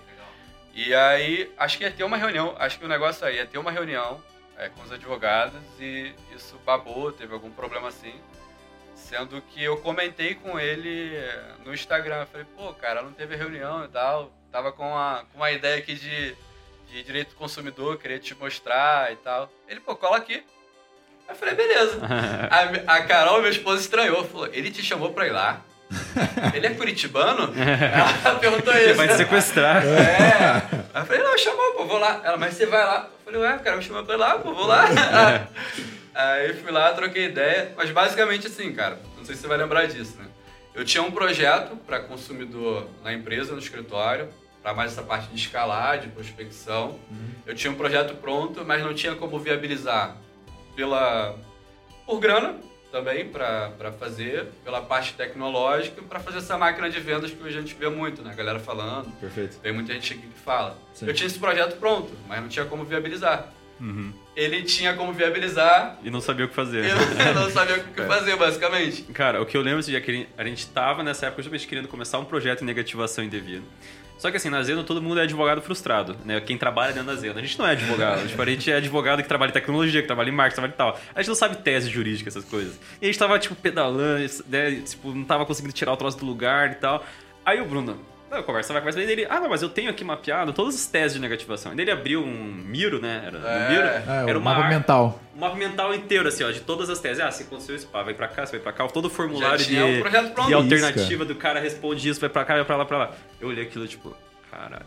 E aí, acho que ia ter uma reunião, acho que o negócio aí ia ter uma reunião é, com os advogados e isso babou, teve algum problema assim. Sendo que eu comentei com ele no Instagram, eu falei, pô, cara, não teve reunião e tal. Tava com uma, com uma ideia aqui de, de direito do consumidor, queria te mostrar e tal. Ele, pô, cola aqui. Aí eu falei, beleza. a, a Carol, minha esposa, estranhou, falou, ele te chamou pra ir lá? Ele é curitibano? Ela perguntou isso. Ele vai te sequestrar. É. Aí eu falei, não, chamou, pô, vou lá. Ela, mas você vai lá? Eu falei, ué, cara, me chamou pra ir lá, pô, vou lá. Aí fui lá, troquei ideia. Mas basicamente assim, cara, não sei se você vai lembrar disso, né? Eu tinha um projeto para consumidor na empresa, no escritório, para mais essa parte de escalar, de prospecção. Uhum. Eu tinha um projeto pronto, mas não tinha como viabilizar pela, por grana também para fazer, pela parte tecnológica, para fazer essa máquina de vendas que hoje a gente vê muito, né? A galera falando. Perfeito. Tem muita gente aqui que fala. Sim. Eu tinha esse projeto pronto, mas não tinha como viabilizar. Uhum. Ele tinha como viabilizar... E não sabia o que fazer. Eu não sabia o que fazer, basicamente. Cara, o que eu lembro é que a gente tava nessa época justamente querendo começar um projeto em negativação indevida. Só que assim, na Zeno todo mundo é advogado frustrado, né? Quem trabalha dentro da Zeno. A gente não é advogado. Tipo, a gente é advogado que trabalha em tecnologia, que trabalha em marketing, trabalha em tal. A gente não sabe tese jurídica, essas coisas. E a gente tava, tipo, pedalando, né? Tipo, não tava conseguindo tirar o troço do lugar e tal. Aí o Bruno... Conversa, vai conversar. E ele, ah, não, mas eu tenho aqui mapeado todas as teses de negativação. E ele abriu um Miro, né? Era, é. um Miro, é, era um uma mapa ar... mental. Um mapa mental inteiro, assim, ó, de todas as teses. Ah, se aconteceu isso, pá, vai pra cá, você vai pra cá. Todo o formulário de, um projeto pronto. de alternativa do cara responde isso, vai pra cá, vai pra lá, pra lá. Eu olhei aquilo, tipo... Caralho.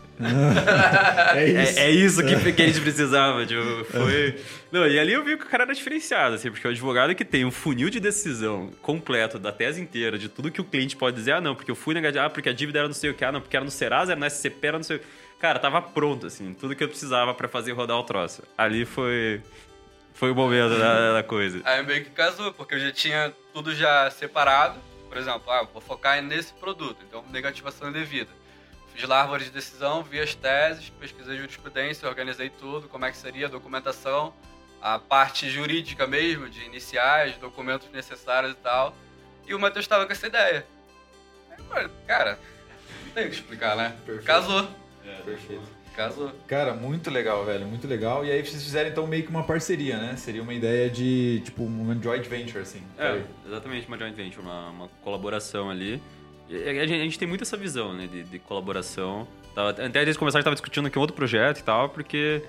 é isso. É, é isso que, que a gente precisava. Tipo, foi... Não, e ali eu vi que o cara era diferenciado, assim, porque o advogado que tem um funil de decisão completo da tese inteira, de tudo que o cliente pode dizer, ah, não, porque eu fui negativo, ah, porque a dívida era não sei o que, ah, não, porque era no Serasa, era no S C P, era não sei o que. Cara, tava pronto, assim, tudo que eu precisava pra fazer rodar o troço. Ali foi... Foi o momento da, da coisa. Aí meio que casou, porque eu já tinha tudo já separado. Por exemplo, ah, vou focar nesse produto, então negativação indevida. Fiz lá a árvore de decisão, vi as teses, pesquisei jurisprudência, organizei tudo, como é que seria a documentação, a parte jurídica mesmo, de iniciais, documentos necessários e tal. E o Matheus estava com essa ideia. Aí, cara, não tem o que explicar, né? Perfeito. Casou. É, perfeito. Casou. Cara, muito legal, velho, muito legal. E aí vocês fizeram então meio que uma parceria, né? Seria uma ideia de, tipo, um joint venture, assim. É, exatamente, uma joint venture, uma, uma colaboração ali. A gente, a gente tem muito essa visão, né, de, de colaboração. Tava, até desde o começo a gente estava discutindo aqui um outro projeto e tal, porque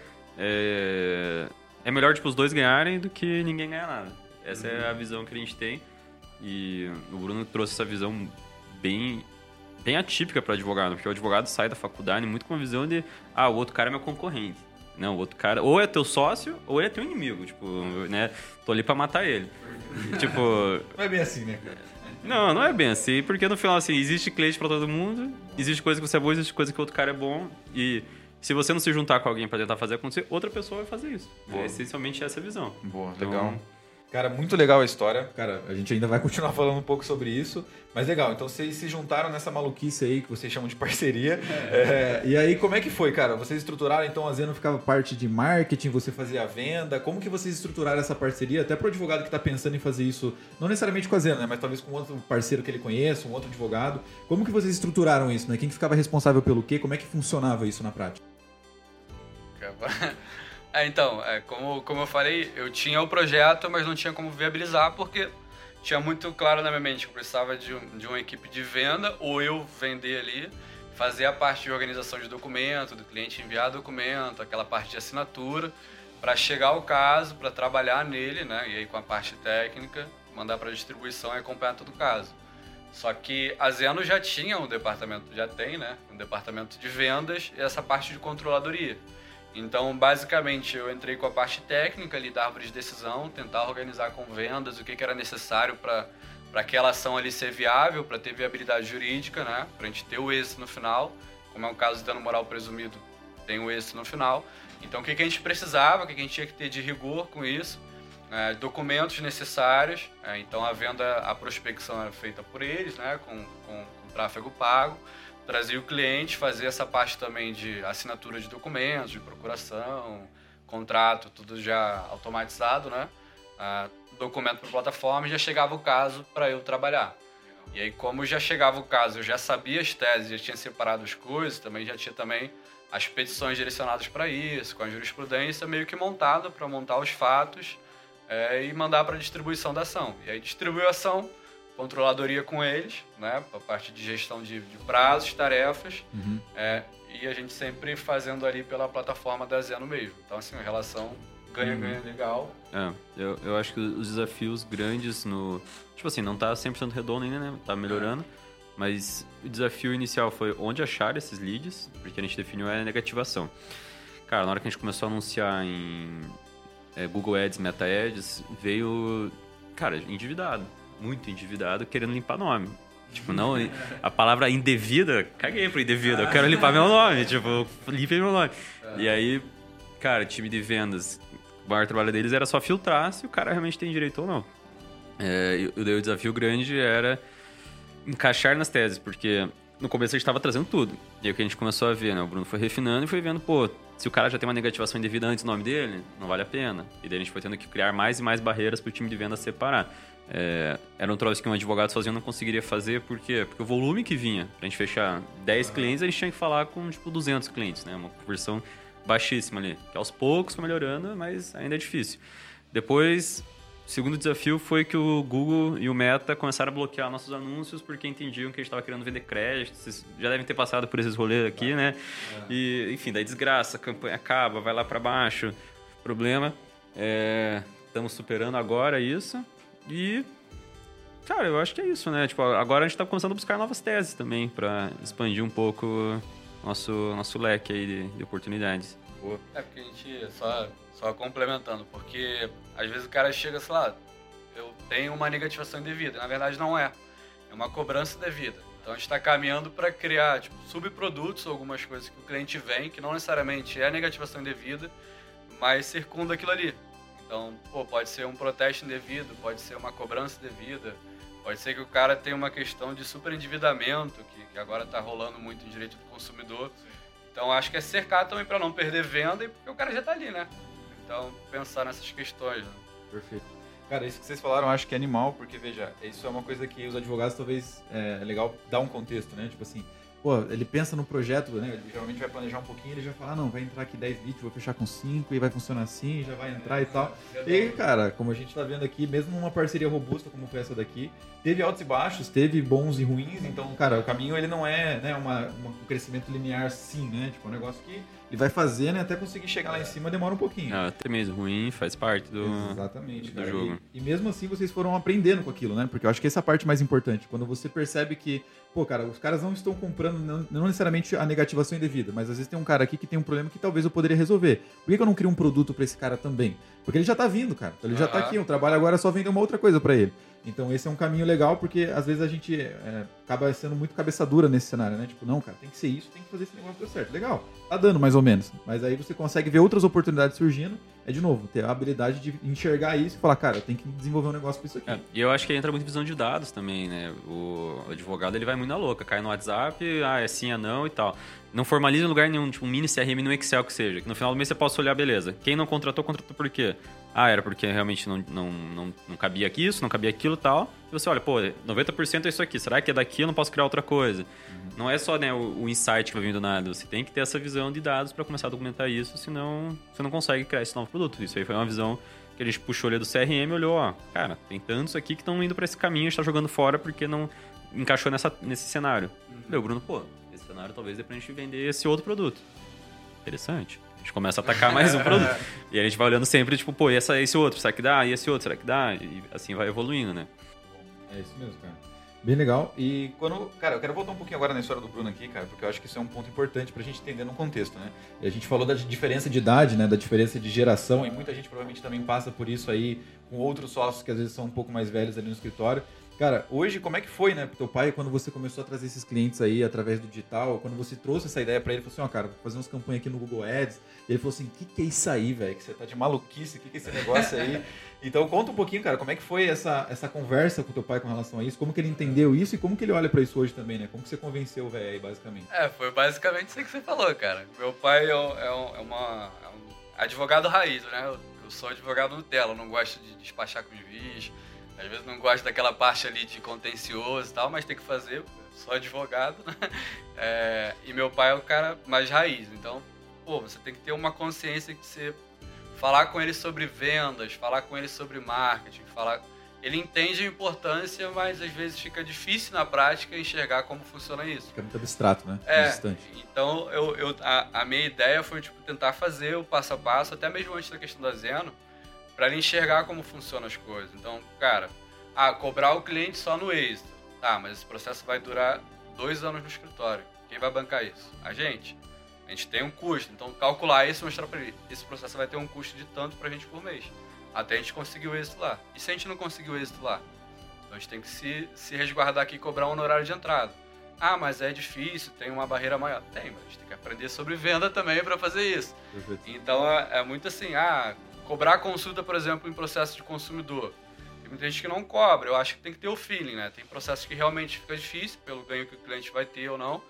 é, é melhor, tipo, os dois ganharem do que ninguém ganhar nada. Essa uhum. é a visão que a gente tem. E o Bruno trouxe essa visão bem, bem atípica para o advogado, porque o advogado sai da faculdade muito com a visão de, ah, o outro cara é meu concorrente. Não, o outro cara ou é teu sócio ou ele é teu inimigo. Tipo, né, tô ali para matar ele. Tipo... Não é bem assim, né, cara? Não, não é bem assim, porque no final, assim, existe cliente pra todo mundo, existe coisa que você é bom, existe coisa que o outro cara é bom, e se você não se juntar com alguém pra tentar fazer acontecer, outra pessoa vai fazer isso. Boa. É essencialmente essa visão. Boa, então, legal. Cara, muito legal a história. Cara, a gente ainda vai continuar falando um pouco sobre isso. Mas legal, então vocês se juntaram nessa maluquice aí que vocês chamam de parceria. É. É, e aí, como é que foi, cara? Vocês estruturaram, então a Zeno ficava parte de marketing, você fazia a venda. Como que vocês estruturaram essa parceria? Até pro advogado que tá pensando em fazer isso, não necessariamente com a Zeno, né? Mas talvez com outro parceiro que ele conheça, um outro advogado. Como que vocês estruturaram isso, né? Quem que ficava responsável pelo quê? Como é que funcionava isso na prática? É, então, é, como, como eu falei, eu tinha o projeto, mas não tinha como viabilizar, porque tinha muito claro na minha mente que eu precisava de, um, de uma equipe de venda, ou eu vender ali, fazer a parte de organização de documento, do cliente enviar documento, aquela parte de assinatura, para chegar ao caso, para trabalhar nele, né? E aí com a parte técnica, mandar para distribuição e acompanhar todo o caso. Só que a Zeno já tinha um departamento, já tem, né? Um departamento de vendas e essa parte de controladoria. Então, basicamente, eu entrei com a parte técnica ali da árvore de decisão, tentar organizar com vendas o que, que era necessário para aquela ação ali ser viável, para ter viabilidade jurídica, né? Para a gente ter o êxito no final. Como é um caso de dano moral presumido, tem o êxito no final. Então, o que, que a gente precisava, o que, que a gente tinha que ter de rigor com isso, é, documentos necessários. É, então, a venda, a prospecção era feita por eles, né? Com, com, com tráfego pago. Trazer o cliente, fazer essa parte também de assinatura de documentos, de procuração, contrato, tudo já automatizado, né? Ah, documento para plataforma e já chegava o caso para eu trabalhar. E aí, como já chegava o caso, eu já sabia as teses, já tinha separado as coisas, também já tinha também as petições direcionadas para isso, com a jurisprudência meio que montada para montar os fatos é, e mandar para a distribuição da ação. E aí, distribuiu a ação, controladoria com eles, né, a parte de gestão de, de prazos, tarefas, uhum. é, e a gente sempre fazendo ali pela plataforma da Zeno mesmo. Então, assim, a relação ganha-ganha uhum. legal. É, eu, eu acho que os desafios grandes no... Tipo assim, não tá cem por cento redondo ainda, né, tá melhorando, é. Mas o desafio inicial foi onde achar esses leads, porque a gente definiu a negativação. Cara, na hora que a gente começou a anunciar em é, Google Ads, Meta Ads, veio, cara, endividado. Muito endividado, querendo limpar nome. Tipo, não... A palavra indevida, caguei pro indevido. Eu quero limpar meu nome. Tipo, limpei meu nome. E aí, cara, time de vendas, o maior trabalho deles era só filtrar se o cara realmente tem direito ou não. É, e o desafio grande era encaixar nas teses, porque no começo a gente tava trazendo tudo. E aí o que a gente começou a ver, né? O Bruno foi refinando e foi vendo, pô, se o cara já tem uma negativação indevida antes do nome dele, não vale a pena. E daí a gente foi tendo que criar mais e mais barreiras pro time de venda separar. É, era um troço que um advogado sozinho não conseguiria fazer, por quê? Porque o volume que vinha pra gente fechar dez clientes, a gente tinha que falar com, tipo, duzentos clientes, né? Uma conversão baixíssima ali. Que aos poucos foi melhorando, mas ainda é difícil. Depois, o segundo desafio foi que o Google e o Meta começaram a bloquear nossos anúncios porque entendiam que a gente estava querendo vender crédito. Vocês já devem ter passado por esses rolês aqui, né? É. E, enfim, daí desgraça, a campanha acaba, vai lá para baixo. Problema. É, estamos superando agora isso. E, cara, eu acho que é isso, né? Tipo, agora a gente está começando a buscar novas teses também para expandir um pouco nosso, nosso leque aí de, de oportunidades. É porque a gente, só, só complementando, porque às vezes o cara chega, sei lá, eu tenho uma negativação indevida. Na verdade não é, é uma cobrança indevida. Então a gente está caminhando para criar tipo, subprodutos, algumas coisas que o cliente vem, que não necessariamente é negativação indevida, mas circunda aquilo ali. Então, pô, pode ser um protesto indevido, pode ser uma cobrança indevida, pode ser que o cara tenha uma questão de superendividamento, que, que agora está rolando muito em direito do consumidor. Então, acho que é cercar também para não perder venda e porque o cara já está ali, né? Então, pensar nessas questões. Né? Perfeito. Cara, isso que vocês falaram, eu acho que é animal, porque, veja, isso é uma coisa que os advogados talvez é legal dar um contexto, né? Tipo assim, pô, ele pensa no projeto, né? Ele geralmente vai planejar um pouquinho, ele já fala, ah, não, vai entrar aqui dez bits, vou fechar com cinco e vai funcionar assim, já vai entrar e tal. E aí, cara, como a gente tá vendo aqui, mesmo uma parceria robusta como foi essa daqui, teve altos e baixos, teve bons e ruins, então, cara, o caminho ele não é, né, uma, uma, um crescimento linear sim, né? Tipo, é um negócio que ele vai fazer, né, até conseguir chegar lá em cima demora um pouquinho. Ah, até mesmo ruim, faz parte do, Exatamente, do cara. jogo. E, e mesmo assim vocês foram aprendendo com aquilo, né? Porque eu acho que essa é a parte mais importante. Quando você percebe que, pô, cara, os caras não estão comprando não, não necessariamente a negativação indevida, mas às vezes tem um cara aqui que tem um problema que talvez eu poderia resolver. Por que, que eu não crio um produto pra esse cara também? Porque ele já tá vindo, cara. Então, ele já tá aqui, o trabalho agora é só vender uma outra coisa pra ele. Então esse é um caminho legal, porque às vezes a gente é, acaba sendo muito cabeça dura nesse cenário, né? Tipo, não, cara, tem que ser isso, tem que fazer esse negócio dar certo. Legal, tá dando mais ou menos. Mas aí você consegue ver outras oportunidades surgindo. É, de novo, ter a habilidade de enxergar isso e falar, cara, eu tenho que desenvolver um negócio pra isso aqui. É, e eu acho que entra muito visão de dados também, né? O advogado, ele vai muito na louca. Cai no WhatsApp, ah, é sim, é não e tal. Não formaliza em lugar nenhum, tipo um mini C R M no Excel que seja. Que no final do mês você possa olhar, beleza. Quem não contratou, contratou por quê? Ah, era porque realmente não, não, não, não cabia aqui isso, não cabia aquilo e tal. E você olha, pô, noventa por cento é isso aqui. Será que é daqui? Eu não posso criar outra coisa. Uhum. Não é só, né, o, o insight que vai vindo do nada. Você tem que ter essa visão de dados para começar a documentar isso, senão você não consegue criar esse novo produto. Isso aí foi uma visão que a gente puxou ali do C R M e olhou, ó, cara, tem tantos aqui que estão indo para esse caminho, a gente tá jogando fora porque não encaixou nessa, nesse cenário. Uhum. Meu, Bruno, pô, esse cenário talvez dê pra gente vender esse outro produto. Interessante. A gente começa a atacar mais um produto. E a gente vai olhando sempre, tipo, pô, e essa, esse outro, será que dá? E esse outro, será que dá? E assim vai evoluindo, né? É isso mesmo, cara. Bem legal. E quando... Cara, eu quero voltar um pouquinho agora na história do Bruno aqui, cara, porque eu acho que isso é um ponto importante pra gente entender no contexto, né? E a gente falou da diferença de idade, né? Da diferença de geração, e muita gente provavelmente também passa por isso aí com outros sócios que às vezes são um pouco mais velhos ali no escritório. Cara, hoje como é que foi, né, pro teu pai quando você começou a trazer esses clientes aí através do digital, quando você trouxe essa ideia pra ele, falou assim, ó, oh, cara, vou fazer umas campanhas aqui no Google Ads, e ele falou assim, o que que é isso aí, velho, que você tá de maluquice, o que que é esse negócio aí? Então conta um pouquinho, cara, como é que foi essa, essa conversa com o teu pai com relação a isso, como que ele entendeu isso e como que ele olha pra isso hoje também, né, como que você convenceu o velho aí, basicamente? É, foi basicamente isso que você falou, cara. Meu pai é, um, é, um, é, uma, é um advogado raiz, né, eu, eu sou advogado Nutella, eu não gosto de despachar com juiz. Às vezes não gosto daquela parte ali de contencioso e tal, mas tem que fazer, sou advogado, né? É, e meu pai é o cara mais raiz, então, pô, você tem que ter uma consciência de você falar com ele sobre vendas, falar com ele sobre marketing, falar... Ele entende a importância, mas às vezes fica difícil na prática enxergar como funciona isso. Fica muito abstrato, né? É, distante. Então eu, eu, a, a minha ideia foi tipo, tentar fazer o passo a passo, até mesmo antes da questão da Zeno, para ele enxergar como funcionam as coisas. Então, cara, ah, cobrar o cliente só no êxito. Tá, mas esse processo vai durar dois anos no escritório. Quem vai bancar isso? A gente. A gente tem um custo. Então, calcular isso e mostrar para ele. Esse processo vai ter um custo de tanto pra gente por mês. Até a gente conseguir o êxito lá. E se a gente não conseguir o êxito lá? Então, a gente tem que se, se resguardar aqui e cobrar um honorário de entrada. Ah, mas é difícil, tem uma barreira maior. Tem, mas a gente tem que aprender sobre venda também para fazer isso. Perfeito. Então, é, é muito assim, ah... Cobrar consulta, por exemplo, em processo de consumidor. Tem muita gente que não cobra. Eu acho que tem que ter o feeling, né? Tem processos que realmente fica difícil, pelo ganho que o cliente vai ter ou não.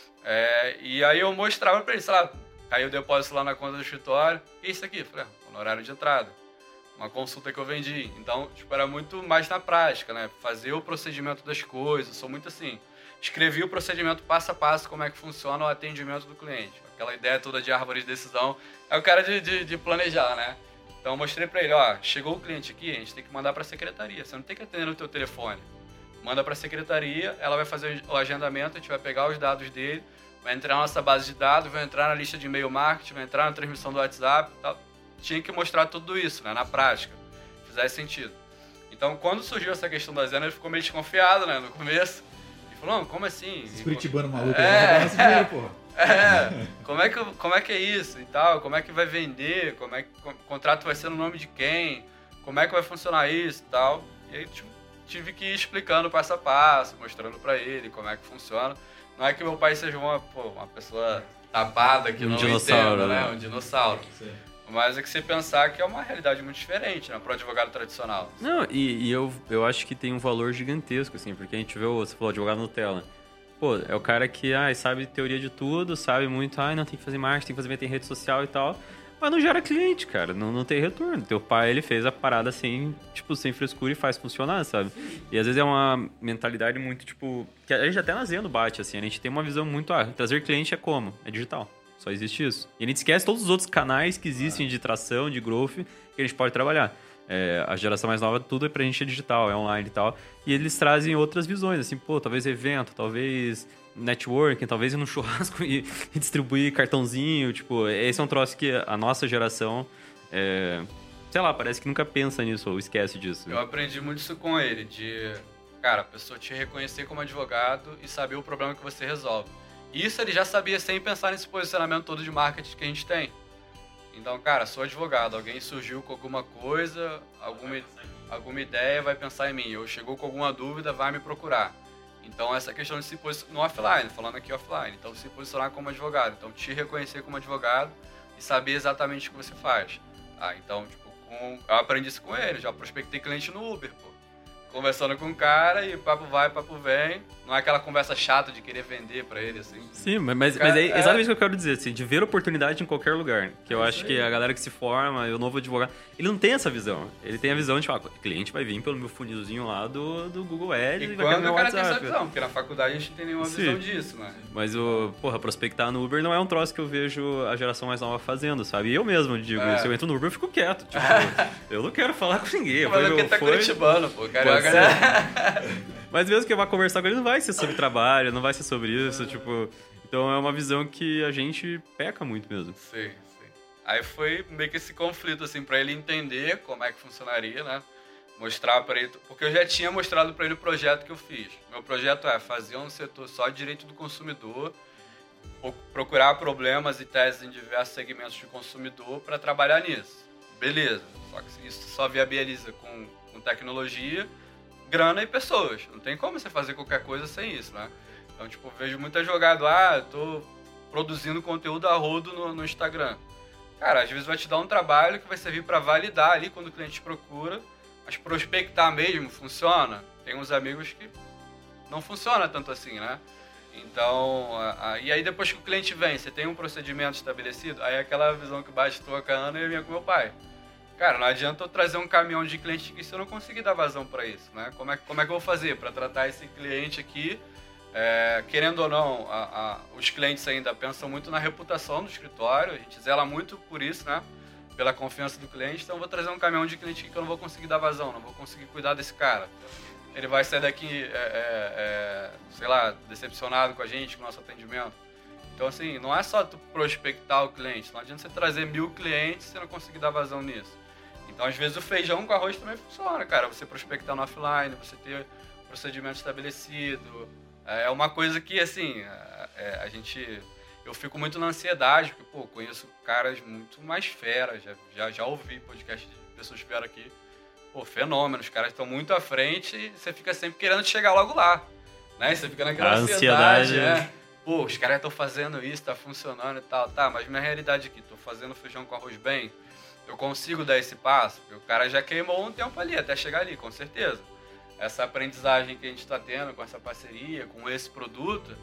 É, e aí eu mostrava pra ele, sei lá, caiu o depósito lá na conta do escritório. E isso aqui? Eu falei, ah, honorário de entrada. Uma consulta que eu vendi. Então, tipo, era muito mais na prática, né? Fazer o procedimento das coisas. Sou muito assim. Escrevi o procedimento passo a passo, como é que funciona o atendimento do cliente. Aquela ideia toda de árvore de decisão. É o cara de, de, de planejar, né? Então, eu mostrei pra ele, ó, chegou o cliente aqui, a gente tem que mandar pra secretaria. Você não tem que atender no teu telefone. Manda pra secretaria, ela vai fazer o agendamento, a gente vai pegar os dados dele, vai entrar na nossa base de dados, vai entrar na lista de e-mail marketing, vai entrar na transmissão do WhatsApp e tal. Tinha que mostrar tudo isso, né, na prática, fizesse sentido. Então, quando surgiu essa questão da Zeno, ele ficou meio desconfiado, né, no começo. Ele falou, não, como assim? Esse curitibano maluco, é, nosso dinheiro, porra. É, como é, que, como é que é isso e tal, como é que vai vender, como é que o contrato vai ser no nome de quem, como é que vai funcionar isso e tal. E aí tipo, tive que ir explicando passo a passo, mostrando pra ele como é que funciona. Não é que meu pai seja uma, pô, uma pessoa tapada que um não dinossauro, entenda, né? né? Um dinossauro. Sim. Mas é que você pensar que é uma realidade muito diferente, né? Pro advogado tradicional. Não, e, e eu, eu acho que tem um valor gigantesco, assim, porque a gente vê, o- você falou, advogado Nutella. Pô, é o cara que ah, sabe teoria de tudo, sabe muito, ah, não, tem que fazer marketing, tem que fazer evento em rede social e tal, mas não gera cliente, cara, não, não tem retorno. Teu pai, ele fez a parada assim, tipo, sem frescura e faz funcionar, sabe? E às vezes é uma mentalidade muito, tipo, que a gente até na Zeno bate, assim, a gente tem uma visão muito, ah, trazer cliente é como? É digital. Só existe isso. E a gente esquece todos os outros canais que existem de tração, de growth, que a gente pode trabalhar. É, a geração mais nova, tudo é pra gente é digital, é online e tal. E eles trazem outras visões, assim, pô, talvez evento, talvez networking, talvez ir num churrasco e, e distribuir cartãozinho. Tipo, esse é um troço que a nossa geração, é, sei lá, parece que nunca pensa nisso ou esquece disso. Eu aprendi muito isso com ele, de, cara, a pessoa te reconhecer como advogado e saber o problema que você resolve. Isso ele já sabia sem pensar nesse posicionamento todo de marketing que a gente tem. Então, cara, sou advogado, alguém surgiu com alguma coisa, alguma, alguma ideia, vai pensar em mim. Ou chegou com alguma dúvida, vai me procurar. Então, essa questão de se posicionar no offline, falando aqui offline. Então, se posicionar como advogado. Então, te reconhecer como advogado e saber exatamente o que você faz. Ah, então, tipo, com, eu aprendi isso com ele, já prospectei cliente no Uber, pô. Conversando com o cara e papo vai, papo vem. Não é aquela conversa chata de querer vender pra ele, assim. Sim, mas, mas Cara, é é- exatamente o que eu quero dizer, assim, de ver oportunidade em qualquer lugar. Que eu acho que a galera que se forma, o novo advogado, ele não tem essa visão. Ele tem a visão de, tipo, ah, o cliente vai vir pelo meu funilzinho lá do, do Google Ads e, E vai pegar quando meu o cara tem essa WhatsApp. visão, porque na faculdade a gente não tem nenhuma Sim. visão disso, né? Mas o, porra, prospectar no Uber não é um troço que eu vejo a geração mais nova fazendo, sabe? E eu mesmo digo, É. se eu entro no Uber, eu fico quieto. Tipo, eu não quero falar com ninguém. Mas é Foi porque meu- tá foi- curitibano, pô. Carioca, Pode né? Mas mesmo que eu vá conversar com ele, não vai ser sobre trabalho, não vai ser sobre isso, tipo... Então é uma visão que a gente peca muito mesmo. Sim, sim. Aí foi meio que esse conflito, assim, pra ele entender como é que funcionaria, né? Mostrar pra ele... Porque eu já tinha mostrado pra ele o projeto que eu fiz. Meu projeto é fazer um setor só de direito do consumidor, ou procurar problemas e teses em diversos segmentos de consumidor pra trabalhar nisso. Beleza. Só que isso só viabiliza com, com tecnologia, grana e pessoas. Não tem como você fazer qualquer coisa sem isso, né? Então, tipo, vejo muita jogada, ah, eu tô produzindo conteúdo a rodo no, no Instagram. Cara, às vezes vai te dar um trabalho que vai servir para validar ali quando o cliente te procura, mas prospectar mesmo funciona. Tem uns amigos que não funciona tanto assim, né? Então, a, a, e aí depois que o cliente vem, você tem um procedimento estabelecido, aí é aquela visão que bate tua cana e vinha com meu pai. Cara, não adianta eu trazer um caminhão de cliente aqui se eu não conseguir dar vazão para isso, né? Como é, como é que eu vou fazer para tratar esse cliente aqui? É, querendo ou não, a, a, os clientes ainda pensam muito na reputação do escritório, a gente zela muito por isso, né? Pela confiança do cliente, então eu vou trazer um caminhão de cliente aqui que eu não vou conseguir dar vazão, não vou conseguir cuidar desse cara. Ele vai sair daqui, é, é, é, sei lá, decepcionado com a gente, com o nosso atendimento. Então, assim, não é só tu prospectar o cliente, não adianta você trazer mil clientes se você não conseguir dar vazão nisso. Então, às vezes, o feijão com arroz também funciona, cara. Você prospectar no offline, você ter procedimento estabelecido. É uma coisa que, assim, é, a gente... Eu fico muito na ansiedade, porque, pô, conheço caras muito mais feras. Já, já, já ouvi podcast de pessoas feras aqui. Pô, fenômeno. Os caras estão muito à frente e você fica sempre querendo chegar logo lá. Né? Você fica naquela A ansiedade, ansiedade, né? Pô, os caras estão fazendo isso, tá funcionando e tal. Tá, mas minha realidade aqui, tô fazendo feijão com arroz bem, eu consigo dar esse passo? Porque o cara já queimou um tempo ali, até chegar ali, com certeza. Essa aprendizagem que a gente está tendo com essa parceria, com esse produto,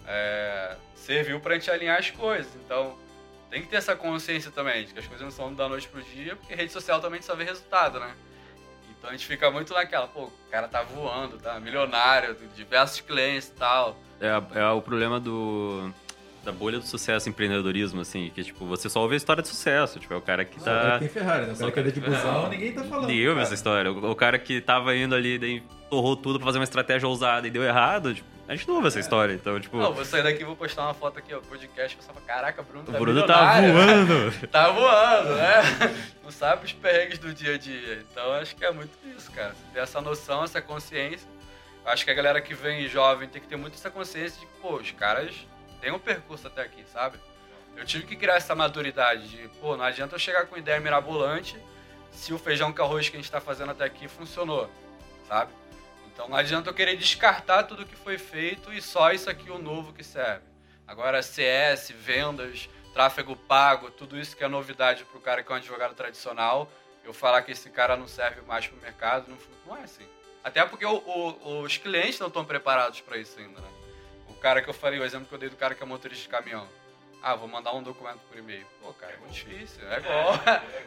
é, serviu para a gente alinhar as coisas. Então, tem que ter essa consciência também, de que as coisas não são da noite pro dia, porque rede social também só vê resultado, né? Então a gente fica muito naquela, pô, o cara tá voando, tá milionário, diversos clientes e tal. É, é o problema do... da bolha do sucesso, empreendedorismo, assim, que, tipo, você só ouve a história de sucesso, tipo, é o cara que tá... O cara que tem Ferrari, né? O cara que anda de busão, ninguém tá falando. Ninguém ouve essa história. O, o cara que tava indo ali, daí torrou tudo pra fazer uma estratégia ousada e deu errado, tipo, a gente não ouve essa história, então, tipo... Não, vou sair daqui e vou postar uma foto aqui, ó, podcast, e você fala, caraca, Bruno tá O Bruno tá voando! Tá voando, né? Não sabe os perrengues do dia a dia. Então, acho que é muito isso, cara. Ter essa noção, essa consciência. Acho que a galera que vem jovem tem que ter muito essa consciência de que, pô, os caras têm um percurso até aqui, sabe? Eu tive que criar essa maturidade de, pô, não adianta eu chegar com ideia mirabolante se o feijão com arroz que a gente tá fazendo até aqui funcionou, sabe? Então não adianta eu querer descartar tudo que foi feito e só isso aqui o novo que serve. Agora C S, vendas, tráfego pago, tudo isso que é novidade para o cara que é um advogado tradicional, eu falar que esse cara não serve mais para o mercado, não, não é assim. Até porque o, o, os clientes não estão preparados para isso ainda, né? O cara que eu falei, o exemplo que eu dei do cara que é motorista de caminhão. Ah, vou mandar um documento por e-mail. Pô, cara, é muito difícil. É igual.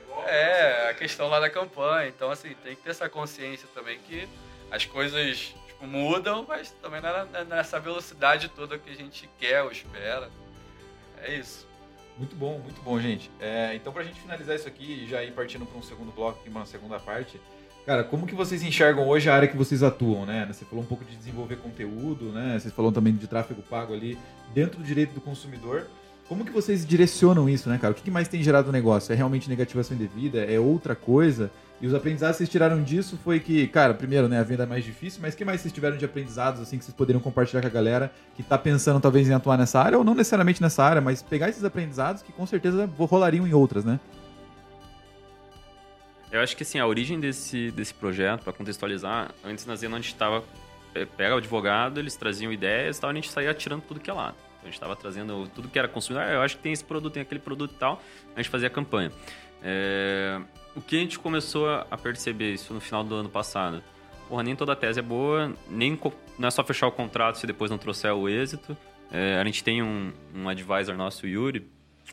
É, a questão lá da campanha. Então, assim, tem que ter essa consciência também que as coisas tipo, mudam, mas também não é nessa velocidade toda que a gente quer ou espera. É isso. Muito bom, muito bom, gente. É, então, pra gente finalizar isso aqui e já ir partindo para um segundo bloco, aqui, uma segunda parte, cara, como que vocês enxergam hoje a área que vocês atuam, né? Você falou um pouco de desenvolver conteúdo, né? Vocês falaram também de tráfego pago ali dentro do direito do consumidor. Como que vocês direcionam isso, né, cara? O que mais tem gerado o negócio? É realmente negativação indevida? É outra coisa? E os aprendizados que vocês tiraram disso foi que, cara, primeiro, né, a venda é mais difícil, mas o que mais vocês tiveram de aprendizados, assim, que vocês poderiam compartilhar com a galera que tá pensando, talvez, em atuar nessa área, ou não necessariamente nessa área, mas pegar esses aprendizados que, com certeza, rolariam em outras, né? Eu acho que, assim, a origem desse, desse projeto, para contextualizar, antes na Zena a gente tava... Pega o advogado, eles traziam ideias e tal, e a gente saía atirando tudo que é lado. Então, a gente estava trazendo tudo que era consumidor. Ah, eu acho que tem esse produto, tem aquele produto e tal. A gente fazia a campanha. É... O que a gente começou a perceber isso no final do ano passado? Porra, nem toda tese é boa, nem co... não é só fechar o contrato se depois não trouxer o êxito. É... A gente tem um, um advisor nosso, o Yuri,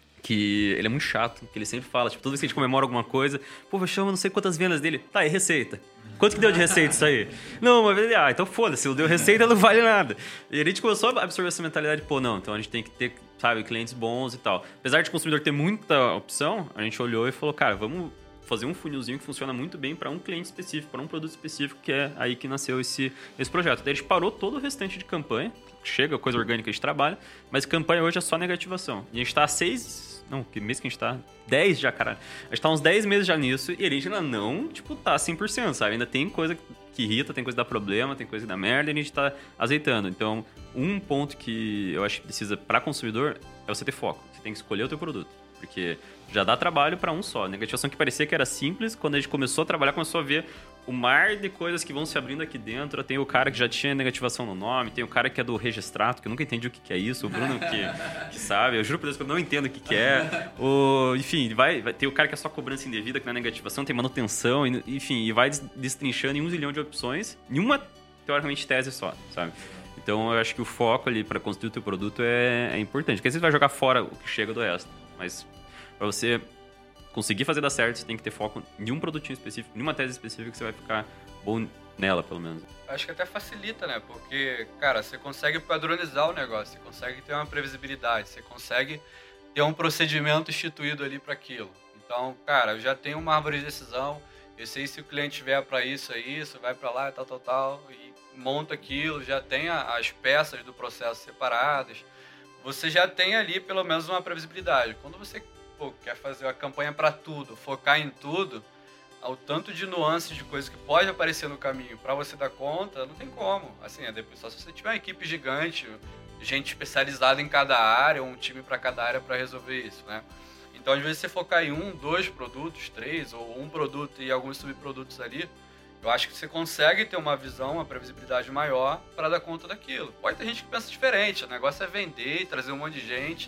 que ele é muito chato, que ele sempre fala, tipo, toda vez que a gente comemora alguma coisa, pô, fechamos não sei quantas vendas dele. Tá, e receita? Quanto que deu de receita isso aí? Não, mas ah, então foda-se, se não deu receita não vale nada. E a gente começou a absorver essa mentalidade, pô, não, então a gente tem que ter, sabe, clientes bons e tal. Apesar de o consumidor ter muita opção, a gente olhou e falou, cara, vamos fazer um funilzinho que funciona muito bem para um cliente específico, para um produto específico, que é aí que nasceu esse, esse projeto. Daí a gente parou todo o restante de campanha, chega coisa orgânica a gente trabalha, mas campanha hoje é só negativação. E a gente está há seis... Não, que mês que a gente tá? dez já, caralho. A gente tá uns dez meses já nisso e a gente ainda não, tipo, tá cem por cento, sabe? Ainda tem coisa que irrita, tem coisa que dá problema, tem coisa que dá merda e a gente tá azeitando. Então, um ponto que eu acho que precisa pra consumidor é você ter foco. Você tem que escolher o teu produto. Porque já dá trabalho para um só. Negativação que parecia que era simples, quando a gente começou a trabalhar, começou a ver o mar de coisas que vão se abrindo aqui dentro. Tem o cara que já tinha negativação no nome, tem o cara que é do registrato, que eu nunca entendi o que, que é isso, o Bruno que, que sabe, eu juro por Deus que eu não entendo o que, que é. O, enfim, vai, vai ter o cara que é só cobrança indevida, que não é negativação, tem manutenção, enfim, e vai destrinchando em um zilhão de opções, em uma, teoricamente, tese só, sabe? Então, eu acho que o foco ali para construir o teu produto é, é importante, porque às vezes vai jogar fora o que chega do resto, mas para você conseguir fazer dar certo, você tem que ter foco em um produtinho específico, em uma tese específica que você vai ficar bom nela, pelo menos. Acho que até facilita, né? Porque, cara, você consegue padronizar o negócio, você consegue ter uma previsibilidade, você consegue ter um procedimento instituído ali para aquilo. Então, cara, eu já tenho uma árvore de decisão, eu sei se o cliente vier para isso, é isso, vai para lá, tal, tal, tal, e monta aquilo, já tem as peças do processo separadas, você já tem ali pelo menos uma previsibilidade. Quando você pô, quer fazer a campanha para tudo, focar em tudo, ao tanto de nuances de coisas que pode aparecer no caminho para você dar conta, não tem como. Assim, é depois, só se você tiver uma equipe gigante, gente especializada em cada área, um time para cada área para resolver isso, né? Então, às vezes, você focar em um, dois produtos, três, ou um produto e alguns subprodutos ali, eu acho que você consegue ter uma visão, uma previsibilidade maior para dar conta daquilo. Pode ter gente que pensa diferente, o negócio é vender e trazer um monte de gente.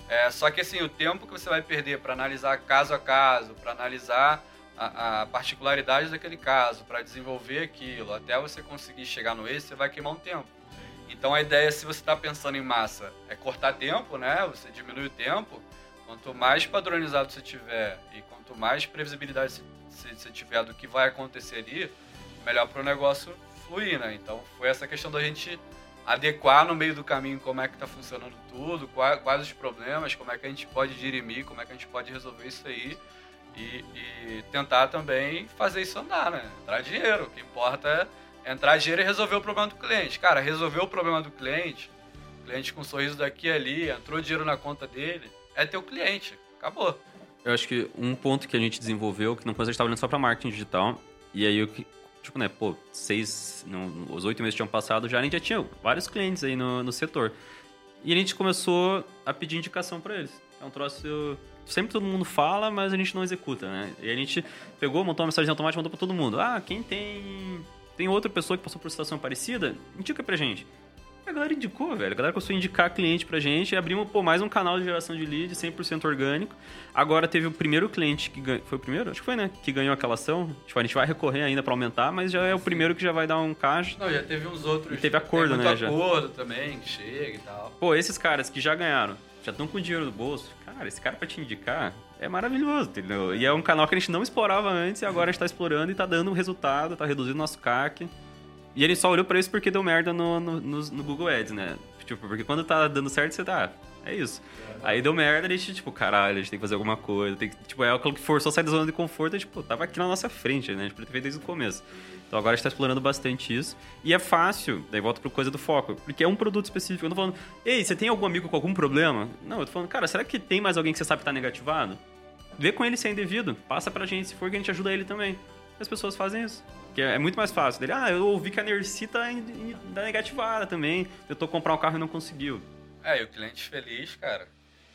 É, só que assim, o tempo que você vai perder para analisar caso a caso, para analisar a, a particularidade daquele caso, para desenvolver aquilo, até você conseguir chegar no êxito, você vai queimar um tempo. Então a ideia, se você está pensando em massa, é cortar tempo, né? Você diminui o tempo. Quanto mais padronizado você tiver e quanto mais previsibilidade você, você tiver do que vai acontecer ali, melhor para o negócio fluir, né? Então foi essa questão da gente adequar no meio do caminho como é que está funcionando tudo, quais, quais os problemas, como é que a gente pode dirimir, como é que a gente pode resolver isso aí e, e tentar também fazer isso andar, né? Entrar dinheiro, o que importa é entrar dinheiro e resolver o problema do cliente. Cara, resolver o problema do cliente, cliente com um sorriso daqui e ali, entrou dinheiro na conta dele, é teu cliente, acabou. Eu acho que um ponto que a gente desenvolveu, que não coisa a gente estava olhando só para marketing digital, e aí eu tipo, né, pô, seis, não, os oito meses tinham passado já, a gente já tinha vários clientes aí no, no setor. E a gente começou a pedir indicação para eles. É um troço, sempre todo mundo fala, mas a gente não executa, né? E a gente pegou, montou uma mensagem automática e mandou para todo mundo. Ah, quem tem, tem outra pessoa que passou por situação parecida, indica pra gente. A galera indicou, velho. A galera começou a indicar cliente pra gente. E abrimos, pô, mais um canal de geração de lead cem por cento orgânico. Agora teve o primeiro cliente que ganhou... Foi o primeiro? Acho que foi, né? Que ganhou aquela ação. Tipo, a gente vai recorrer ainda pra aumentar, mas já é o primeiro que já vai dar um caixa. Não, já teve uns outros. E teve acordo, tem né? muito já. acordo também, que chega e tal. Pô, esses caras que já ganharam, já estão com dinheiro no bolso. Cara, esse cara pra te indicar é maravilhoso, entendeu? E é um canal que a gente não explorava antes e agora a gente tá explorando e tá dando resultado, tá reduzindo o nosso C A C. E ele só olhou pra isso porque deu merda no, no, no, no Google Ads, né? Tipo, porque quando tá dando certo, você tá... É isso. Aí deu merda, a gente, tipo, caralho, a gente tem que fazer alguma coisa. Tem que, tipo, é aquilo que forçou a sair da zona de conforto. E, tipo, tava aqui na nossa frente, né? A gente podia ter feito desde o começo. Então agora a gente tá explorando bastante isso. E é fácil, daí volta pro coisa do foco. Porque é um produto específico. Eu não tô falando, ei, você tem algum amigo com algum problema? Não, eu tô falando, cara, será que tem mais alguém que você sabe que tá negativado? Vê com ele se é indevido. Passa pra gente, se for que a gente ajuda ele também. E as pessoas fazem isso. Que é muito mais fácil. Dele, ah, eu ouvi que a Nercy tá, tá negativada também. Tentou comprar um carro e não conseguiu. É, e o cliente feliz, cara,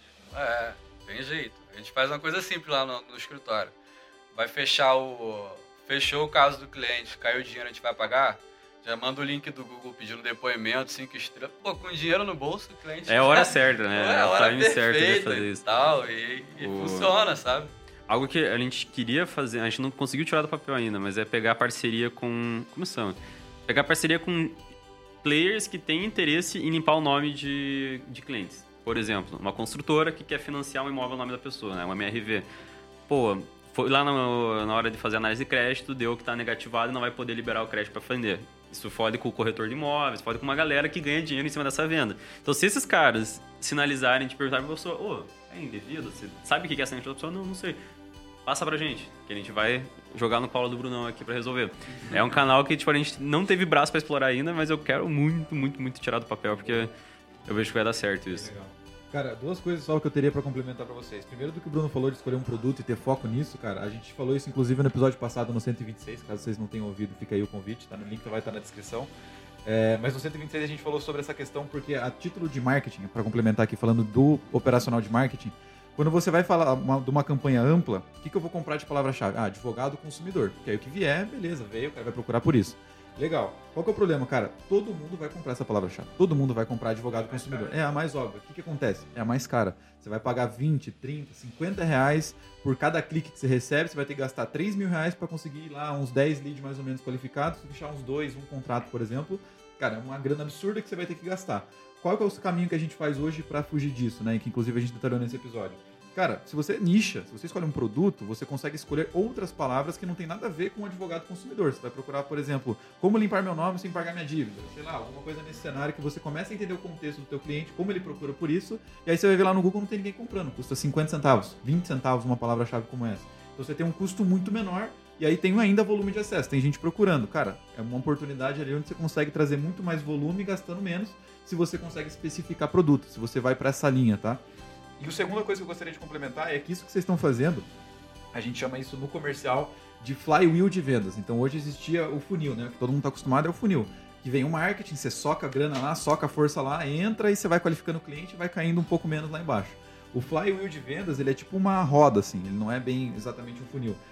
é, tem jeito. A gente faz uma coisa simples lá no, no escritório. Vai fechar o... Fechou o caso do cliente, caiu o dinheiro, a gente vai pagar? Já manda o link do Google pedindo depoimento, cinco estrelas. Pô, com dinheiro no bolso, o cliente... É a hora certa, né? É a hora time certo de fazer e isso. Tal, e, e o... funciona, sabe? Algo que a gente queria fazer, a gente não conseguiu tirar do papel ainda, mas é pegar parceria com... Como são? Pegar parceria com players que têm interesse em limpar o nome de, de clientes. Por exemplo, uma construtora que quer financiar um imóvel no nome da pessoa, né? Uma M R V. Pô, foi lá no, na hora de fazer análise de crédito, deu que tá negativado e não vai poder liberar o crédito para vender. Isso fode com o corretor de imóveis, fode com uma galera que ganha dinheiro em cima dessa venda. Então, se esses caras sinalizarem, te perguntarem pra pessoa, ô, oh, é indevido? Você sabe o que é essa pessoa? Não, não sei. Passa pra gente, que a gente vai jogar no colo do Brunão aqui pra resolver. É um canal que, tipo, a gente não teve braço pra explorar ainda, mas eu quero muito, muito, muito tirar do papel, porque eu vejo que vai dar certo isso. Legal. Cara, duas coisas só que eu teria pra complementar pra vocês. Primeiro, do que o Bruno falou de escolher um produto e ter foco nisso, cara, a gente falou isso inclusive no episódio passado, no cento e vinte e seis, caso vocês não tenham ouvido, fica aí o convite, tá no link, vai estar na descrição. É, mas no cento e vinte e seis a gente falou sobre essa questão porque a título de marketing, pra complementar aqui, falando do operacional de marketing, quando você vai falar uma, de uma campanha ampla, o que, que eu vou comprar de palavra-chave? Ah, advogado consumidor. Porque aí o que vier, beleza, veio, o cara vai procurar por isso. Legal. Qual que é o problema, cara? Todo mundo vai comprar essa palavra-chave. Todo mundo vai comprar advogado consumidor. É a mais óbvia. O que, que acontece? É a mais cara. Você vai pagar vinte, trinta, cinquenta reais por cada clique que você recebe. Você vai ter que gastar três mil reais para conseguir lá uns dez leads mais ou menos qualificados. Fechar uns dois, um contrato, por exemplo. Cara, é uma grana absurda que você vai ter que gastar. Qual que é o caminho que a gente faz hoje para fugir disso, né? Que inclusive a gente detalhou nesse episódio. Cara, se você nicha, se você escolhe um produto, você consegue escolher outras palavras que não tem nada a ver com o advogado consumidor. Você vai procurar, por exemplo, como limpar meu nome sem pagar minha dívida. Sei lá, alguma coisa nesse cenário que você começa a entender o contexto do teu cliente, como ele procura por isso, e aí você vai ver lá no Google, não tem ninguém comprando. Custa cinquenta centavos, vinte centavos uma palavra-chave como essa. Então você tem um custo muito menor e aí tem ainda volume de acesso. Tem gente procurando. Cara, é uma oportunidade ali onde você consegue trazer muito mais volume gastando menos se você consegue especificar produto, se você vai para essa linha, tá? E a segunda coisa que eu gostaria de complementar é que isso que vocês estão fazendo, a gente chama isso no comercial de flywheel de vendas. Então hoje existia o funil, né? O que todo mundo está acostumado é o funil. Que vem o marketing, você soca a grana lá, soca a força lá, entra e você vai qualificando o cliente e vai caindo um pouco menos lá embaixo. O flywheel de vendas, ele é tipo uma roda, assim, ele não é bem exatamente um funil.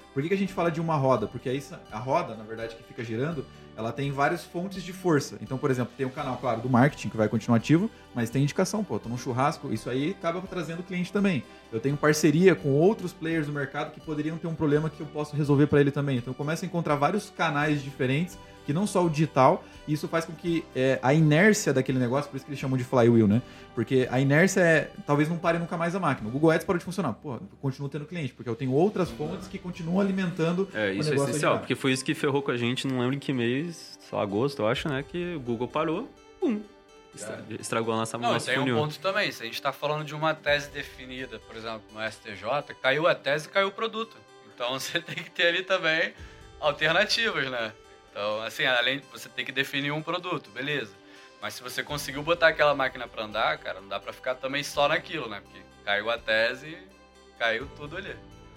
Por que, que a gente fala de uma roda? Porque aí a roda, na verdade, que fica girando, ela tem várias fontes de força. Então, por exemplo, tem o canal, claro, do marketing, que vai continuar ativo, mas tem indicação, pô, eu tô num churrasco, isso aí acaba trazendo cliente também. Eu tenho parceria com outros players do mercado que poderiam ter um problema que eu posso resolver para ele também. Então, eu começo a encontrar vários canais diferentes, que não só o digital, e isso faz com que é, a inércia daquele negócio, por isso que eles chamam de flywheel, né? Porque a inércia é, talvez não pare nunca mais a máquina. O Google Ads parou de funcionar. Pô, eu continuo tendo cliente, porque eu tenho outras fontes que continuam alimentando é, o isso negócio. É essencial, porque foi isso que ferrou com a gente, não lembro em que mês, só agosto, eu acho, né? Que o Google parou, pum, estragou a nossa Não, nossa tem funil. um ponto também. Se a gente está falando de uma tese definida, por exemplo, no S T J, caiu a tese e caiu o produto. Então, você tem que ter ali também alternativas, né? Então, assim, além de você ter que definir um produto, beleza. Mas se você conseguiu botar aquela máquina para andar, cara, não dá para ficar também só naquilo, né? Porque caiu a tese e caiu tudo ali.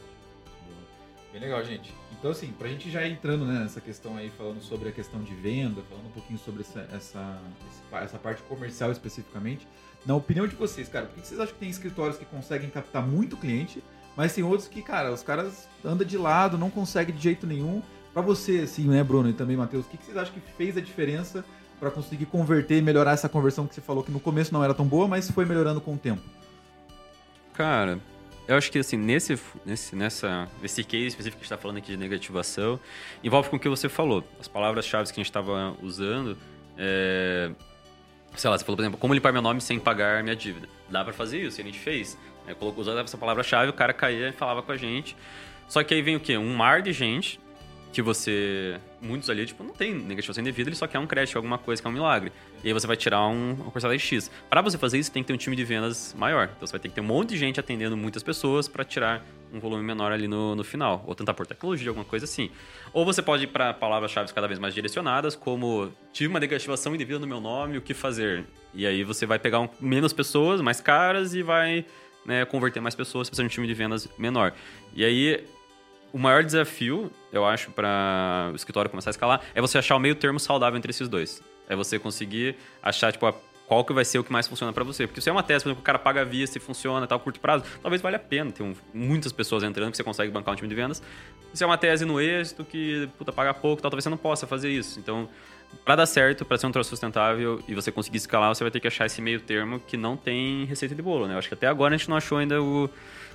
Bem legal, gente. Então, assim, pra gente já ir entrando, né, nessa questão aí, falando sobre a questão de venda, falando um pouquinho sobre essa, essa, essa parte comercial especificamente, na opinião de vocês, cara, por que vocês acham que tem escritórios que conseguem captar muito cliente, mas tem outros que, cara, os caras andam de lado, não conseguem de jeito nenhum? Pra você, assim, né, Bruno, e também, Matheus, o que vocês acham que fez a diferença para conseguir converter e melhorar essa conversão que você falou que no começo não era tão boa, mas foi melhorando com o tempo? Cara, eu acho que assim, nesse, nesse, nessa, nesse case específico que a gente está falando aqui de negativação, envolve com o que você falou. As palavras-chave que a gente estava usando, é, sei lá, você falou, por exemplo, como limpar meu nome sem pagar minha dívida. Dá para fazer isso, e a gente fez. É, colocou, usando essa palavra-chave, o cara caía e falava com a gente. Só que aí vem o quê? Um mar de gente que você... Muitos ali, tipo, não tem negativação indevida, ele só quer um crédito, alguma coisa que é um milagre. E aí você vai tirar um, uma porcentagem X. Para você fazer isso, tem que ter um time de vendas maior. Então você vai ter que ter um monte de gente atendendo muitas pessoas para tirar um volume menor ali no, no final. Ou tentar por tecnologia, alguma coisa assim. Ou você pode ir para palavras-chave cada vez mais direcionadas, como tive uma negativação indevida no meu nome, o que fazer? E aí você vai pegar um, menos pessoas, mais caras, e vai, né, converter mais pessoas, precisando de um time de vendas menor. E aí... O maior desafio, eu acho, para o escritório começar a escalar, é você achar o meio termo saudável entre esses dois. É você conseguir achar, tipo, a, qual que vai ser o que mais funciona para você. Porque se é uma tese, por exemplo, o cara paga a via, se funciona, tal, curto prazo, talvez valha a pena ter um, muitas pessoas entrando que você consegue bancar um time de vendas. E se é uma tese no êxito, que, puta, paga pouco, tal, talvez você não possa fazer isso. Então, para dar certo, para ser um troço sustentável e você conseguir escalar, você vai ter que achar esse meio termo que não tem receita de bolo, né? Eu acho que até agora a gente não achou ainda o...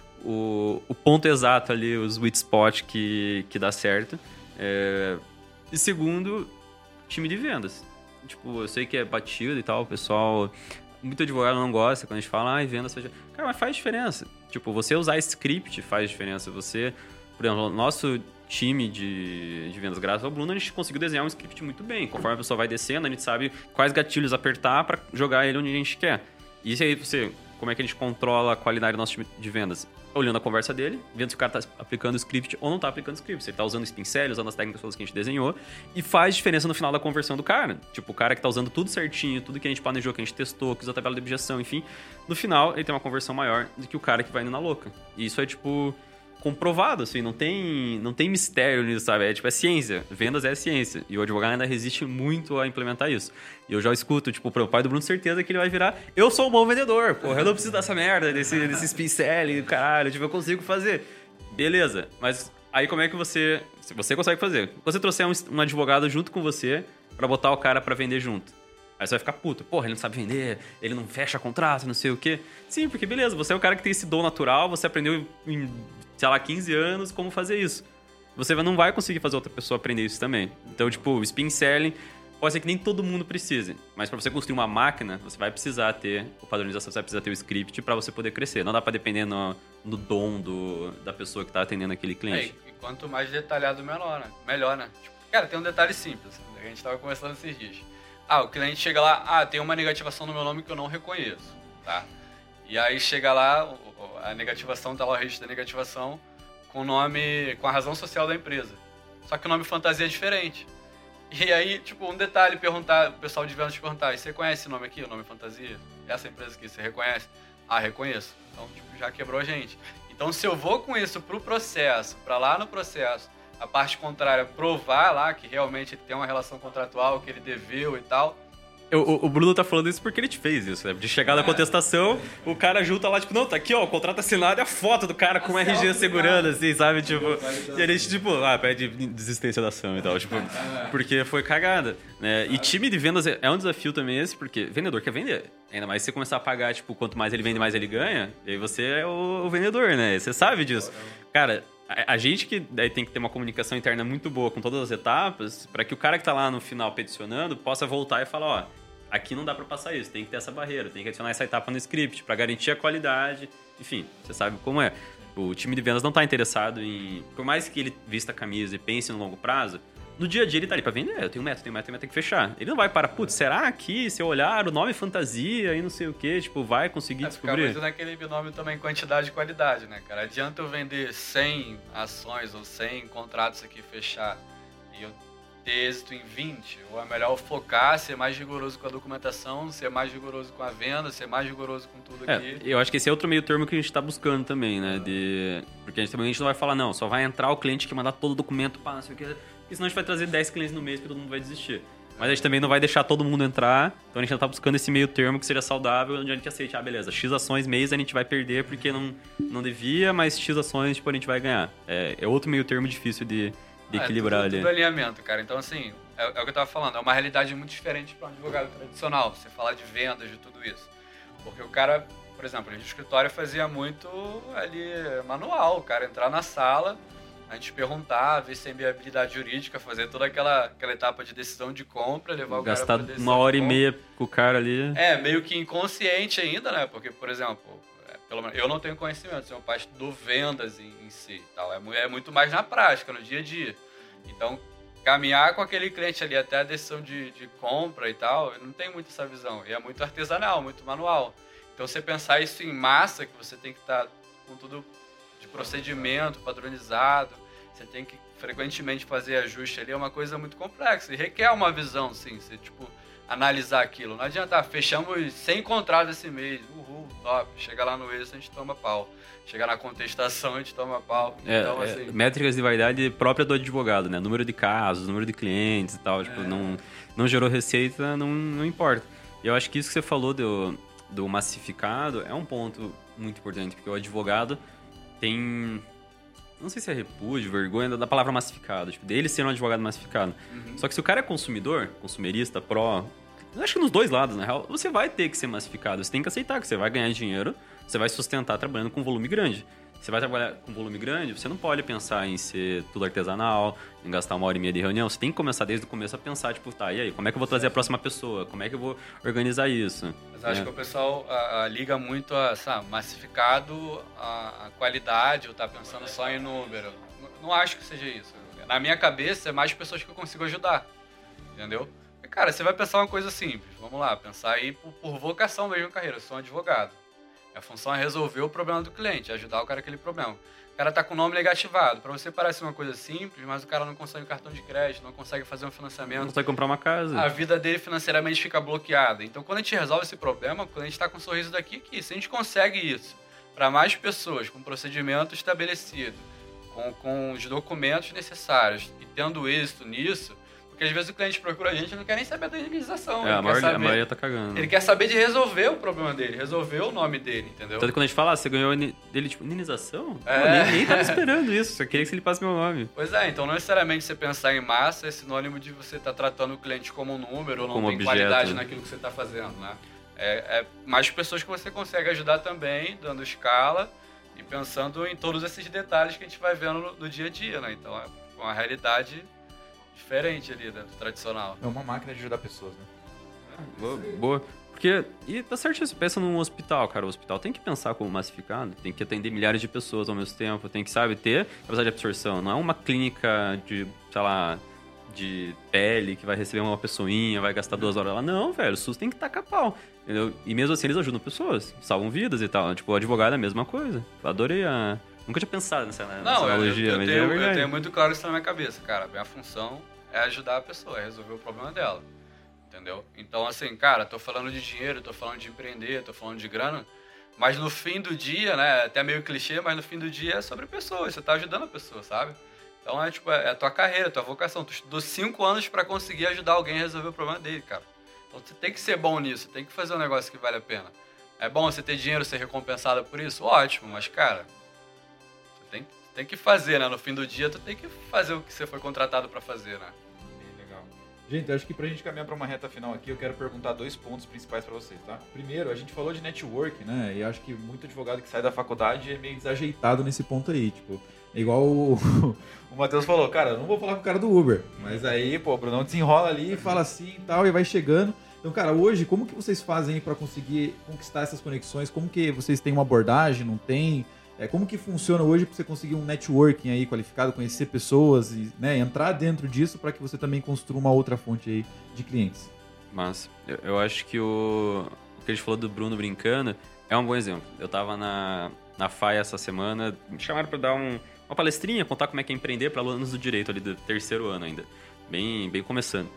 O, o ponto exato ali, o sweet spot que, que dá certo. É... E segundo, time de vendas. Tipo, eu sei que é batido e tal, o pessoal... Muito advogado não gosta quando a gente fala, ah, vendas... Seja... Cara, mas faz diferença. Tipo, você usar script faz diferença. Você, por exemplo, o nosso time de, de vendas, graças ao Bruno, a gente conseguiu desenhar um script muito bem. Conforme a pessoa vai descendo, a gente sabe quais gatilhos apertar para jogar ele onde a gente quer. E isso aí, você... Como é que a gente controla a qualidade do nosso time de vendas? Olhando a conversa dele, vendo se o cara está aplicando o script ou não está aplicando o script. Se ele está usando esse pincel, usando as técnicas todas que a gente desenhou. E faz diferença no final da conversão do cara. Tipo, o cara que está usando tudo certinho, tudo que a gente planejou, que a gente testou, que usa a tabela de objeção, enfim. No final, ele tem uma conversão maior do que o cara que vai indo na louca. E isso é, tipo... comprovado, assim, não tem, não tem mistério nisso, sabe? É tipo, é ciência. Vendas é ciência. E o advogado ainda resiste muito a implementar isso. E eu já escuto, tipo, pro pai do Bruno, certeza que ele vai virar, eu sou um bom vendedor, porra, eu não preciso dessa merda, desse, desses pincel, caralho, tipo, eu consigo fazer. Beleza, mas aí como é que você, você consegue fazer? Se você trouxer um, um advogado junto com você pra botar o cara pra vender junto. Aí você vai ficar puto. Porra, ele não sabe vender, ele não fecha contrato, não sei o quê. Sim, porque beleza, você é o cara que tem esse dom natural, você aprendeu em, sei lá, quinze anos como fazer isso. Você não vai conseguir fazer outra pessoa aprender isso também. Então, tipo, o spin selling pode ser que nem todo mundo precise. Mas para você construir uma máquina, você vai precisar ter o padronização, você vai precisar ter o script para você poder crescer. Não dá para depender no, no dom do, da pessoa que tá atendendo aquele cliente. É, e quanto mais detalhado, melhor, né? Melhor, né? Tipo, cara, tem um detalhe simples. A gente tava conversando esses dias. Ah, o cliente chega lá, ah, tem uma negativação no meu nome que eu não reconheço, tá? E aí chega lá, a negativação, tá lá o registro da negativação com o nome, com a razão social da empresa. Só que o nome fantasia é diferente. E aí, tipo, um detalhe, perguntar, o pessoal de vendas te perguntar, e você conhece esse nome aqui, o nome fantasia? Essa empresa aqui, você reconhece? Ah, reconheço. Então, tipo, já quebrou a gente. Então, se eu vou com isso pro processo, pra lá no processo, a parte contrária provar lá que realmente ele tem uma relação contratual, que ele deveu e tal, O, o Bruno tá falando isso porque ele te fez isso, né? De chegar na contestação, o cara junta lá, tipo, não, tá aqui, ó, o contrato assinado e a foto do cara com o R G segurando, assim, sabe? Tipo, e a gente, tipo, ah, pede desistência da ação e tal, tipo, porque foi cagada, né? E time de vendas é um desafio também esse, porque vendedor quer vender. Ainda mais se você começar a pagar, tipo, quanto mais ele vende, mais ele ganha, e aí você é o, o vendedor, né? Você sabe disso. Cara, a, a gente que daí tem que ter uma comunicação interna muito boa com todas as etapas, para que o cara que tá lá no final peticionando possa voltar e falar, ó, aqui não dá para passar isso, tem que ter essa barreira, tem que adicionar essa etapa no script para garantir a qualidade. Enfim, você sabe como é. O time de vendas não tá interessado em... Por mais que ele vista a camisa e pense no longo prazo, no dia a dia ele tá ali para vender. Eu tenho meta, tenho meta, tenho meta, tem que fechar. Ele não vai para, putz, será que se eu olhar o nome fantasia e não sei o que, tipo, vai conseguir é, descobrir? Fica muito naquele binômio também quantidade e qualidade, né, cara? Adianta eu vender cem ações ou cem contratos aqui fechar e eu ter êxito em vinte, ou é melhor focar, ser mais rigoroso com a documentação, ser mais rigoroso com a venda, ser mais rigoroso com tudo é, aqui. Eu acho que esse é outro meio termo que a gente tá buscando também, né? De... Porque a gente também a gente não vai falar, não, só vai entrar o cliente que mandar todo o documento, pá, não sei o que, porque senão a gente vai trazer dez clientes no mês que todo mundo vai desistir. Mas a gente também não vai deixar todo mundo entrar, então a gente já tá buscando esse meio termo que seja saudável, onde a gente aceite, ah, beleza, X ações mês a gente vai perder porque não, não devia, mas X ações tipo, a gente vai ganhar. É, é outro meio termo difícil de... de equilibrar é, tudo, ali. Tudo alinhamento, cara. Então, assim, é, é o que eu tava falando. É uma realidade muito diferente para um advogado tradicional. Você falar de vendas, de tudo isso. Porque o cara, por exemplo, no escritório fazia muito ali manual. O cara entrar na sala, a gente perguntar, ver se tem habilidade jurídica, fazer toda aquela, aquela etapa de decisão de compra, levar o Gastar cara pra decisão uma hora de e meia com o cara ali. É, meio que inconsciente ainda, né? Porque, por exemplo... Pelo menos, eu não tenho conhecimento, eu parte do vendas em, em si. Tal. É, é muito mais na prática, no dia a dia. Então, caminhar com aquele cliente ali até a decisão de, de compra e tal, eu não tenho muito essa visão. E é muito artesanal, muito manual. Então, você pensar isso em massa, que você tem que estar com tudo de procedimento padronizado, você tem que frequentemente fazer ajuste ali, é uma coisa muito complexa. E requer uma visão, sim. Você, tipo, analisar aquilo. Não adianta, ah, fechamos cem contratos esse mês, uhul, top. Chega lá no êxito, a gente toma pau. Chega na contestação, a gente toma pau. É, então, é, assim... métricas de vaidade própria do advogado, né? Número de casos, número de clientes e tal. Tipo, é. não, não gerou receita, não, não importa. E eu acho que isso que você falou do, do massificado é um ponto muito importante, porque o advogado tem... Não sei se é repúdio, vergonha da palavra massificado, tipo, dele ser um advogado massificado. Uhum. Só que se o cara é consumidor, consumerista, pró, eu acho que nos dois lados, na real, você vai ter que ser massificado. Você tem que aceitar que você vai ganhar dinheiro, você vai sustentar trabalhando com volume grande. Você vai trabalhar com volume grande, você não pode pensar em ser tudo artesanal, em gastar uma hora e meia de reunião. Você tem que começar desde o começo a pensar, tipo, tá, e aí, como é que eu vou trazer a próxima pessoa? Como é que eu vou organizar isso? Mas acho é. que o pessoal a, a, liga muito a, sabe, massificado, a, a qualidade, ou tá pensando só em número. Não, não acho que seja isso. Na minha cabeça, é mais pessoas que eu consigo ajudar, entendeu? E, cara, você vai pensar uma coisa simples. Vamos lá, pensar aí por, por vocação mesmo na carreira. Eu sou um advogado. A função é resolver o problema do cliente, ajudar o cara aquele problema. O cara tá com o nome negativado. Para você parece uma coisa simples, mas o cara não consegue um cartão de crédito, não consegue fazer um financiamento. Não consegue comprar uma casa. A vida dele financeiramente fica bloqueada. Então, quando a gente resolve esse problema, quando a gente está com um sorriso daqui aqui, se a gente consegue isso para mais pessoas, com procedimento estabelecido, com, com os documentos necessários e tendo êxito nisso, porque às vezes o cliente procura a gente e não quer nem saber da indenização. É, a maioria, saber, a maioria tá cagando. Ele quer saber de resolver o problema dele, resolver o nome dele, entendeu? Tanto que quando a gente fala, ah, você ganhou dele, tipo, indenização? É. Pô, nem, nem tava esperando isso, só queria que ele passe meu nome. Pois é, então não necessariamente você pensar em massa é sinônimo de você estar tá tratando o cliente como um número ou não como tem objeto, qualidade né? naquilo que você está fazendo, né? É, é mais pessoas que você consegue ajudar também, dando escala e pensando em todos esses detalhes que a gente vai vendo no, no dia a dia, né? Então é uma realidade diferente ali, né, do tradicional. É uma máquina de ajudar pessoas, né? Boa, boa. Porque, e tá certo isso, pensa num hospital, cara, o hospital tem que pensar como massificado, tem que atender milhares de pessoas ao mesmo tempo, tem que, sabe, ter capacidade de absorção, não é uma clínica de, sei lá, de pele que vai receber uma pessoinha, vai gastar duas horas lá, não, velho, o SUS tem que tacar pau, entendeu? E mesmo assim eles ajudam pessoas, salvam vidas e tal, tipo, o advogado é a mesma coisa, adorei a... Nunca tinha pensado nessa, nessa não, analogia, eu, eu, mas tenho, é verdade. Eu tenho muito claro isso na minha cabeça, cara. A minha função é ajudar a pessoa, é resolver o problema dela, entendeu? Então, assim, cara, tô falando de dinheiro, tô falando de empreender, tô falando de grana, mas no fim do dia, né, até meio clichê, mas no fim do dia é sobre pessoas, você tá ajudando a pessoa, sabe? Então, é tipo, é a tua carreira, a tua vocação. Tu estudou cinco anos pra conseguir ajudar alguém a resolver o problema dele, cara. Então você tem que ser bom nisso, tem que fazer um negócio que vale a pena. É bom você ter dinheiro, ser recompensado por isso? Ótimo, mas, cara, você tem, tem que fazer, né? No fim do dia, tu tem que fazer o que você foi contratado pra fazer, né? Gente, eu acho que pra gente caminhar pra uma reta final aqui, eu quero perguntar dois pontos principais pra vocês, tá? Primeiro, a gente falou de network, né? E acho que muito advogado que sai da faculdade é meio desajeitado nesse ponto aí, tipo... É igual o, o Matheus falou, cara, eu não vou falar com o cara do Uber. Mas aí, pô, o Brunão desenrola ali, fala assim e tal, e vai chegando. Então, cara, hoje, como que vocês fazem aí pra conseguir conquistar essas conexões? Como que vocês têm uma abordagem, não tem? É, como que funciona hoje para você conseguir um networking aí qualificado, conhecer pessoas e, né, entrar dentro disso para que você também construa uma outra fonte aí de clientes? Mas eu, eu acho que o, o que a gente falou do Bruno brincando é um bom exemplo. Eu tava na, na F A I essa semana, me chamaram para dar um, uma palestrinha, contar como é que é empreender para alunos do direito ali do terceiro ano ainda, bem, bem começando.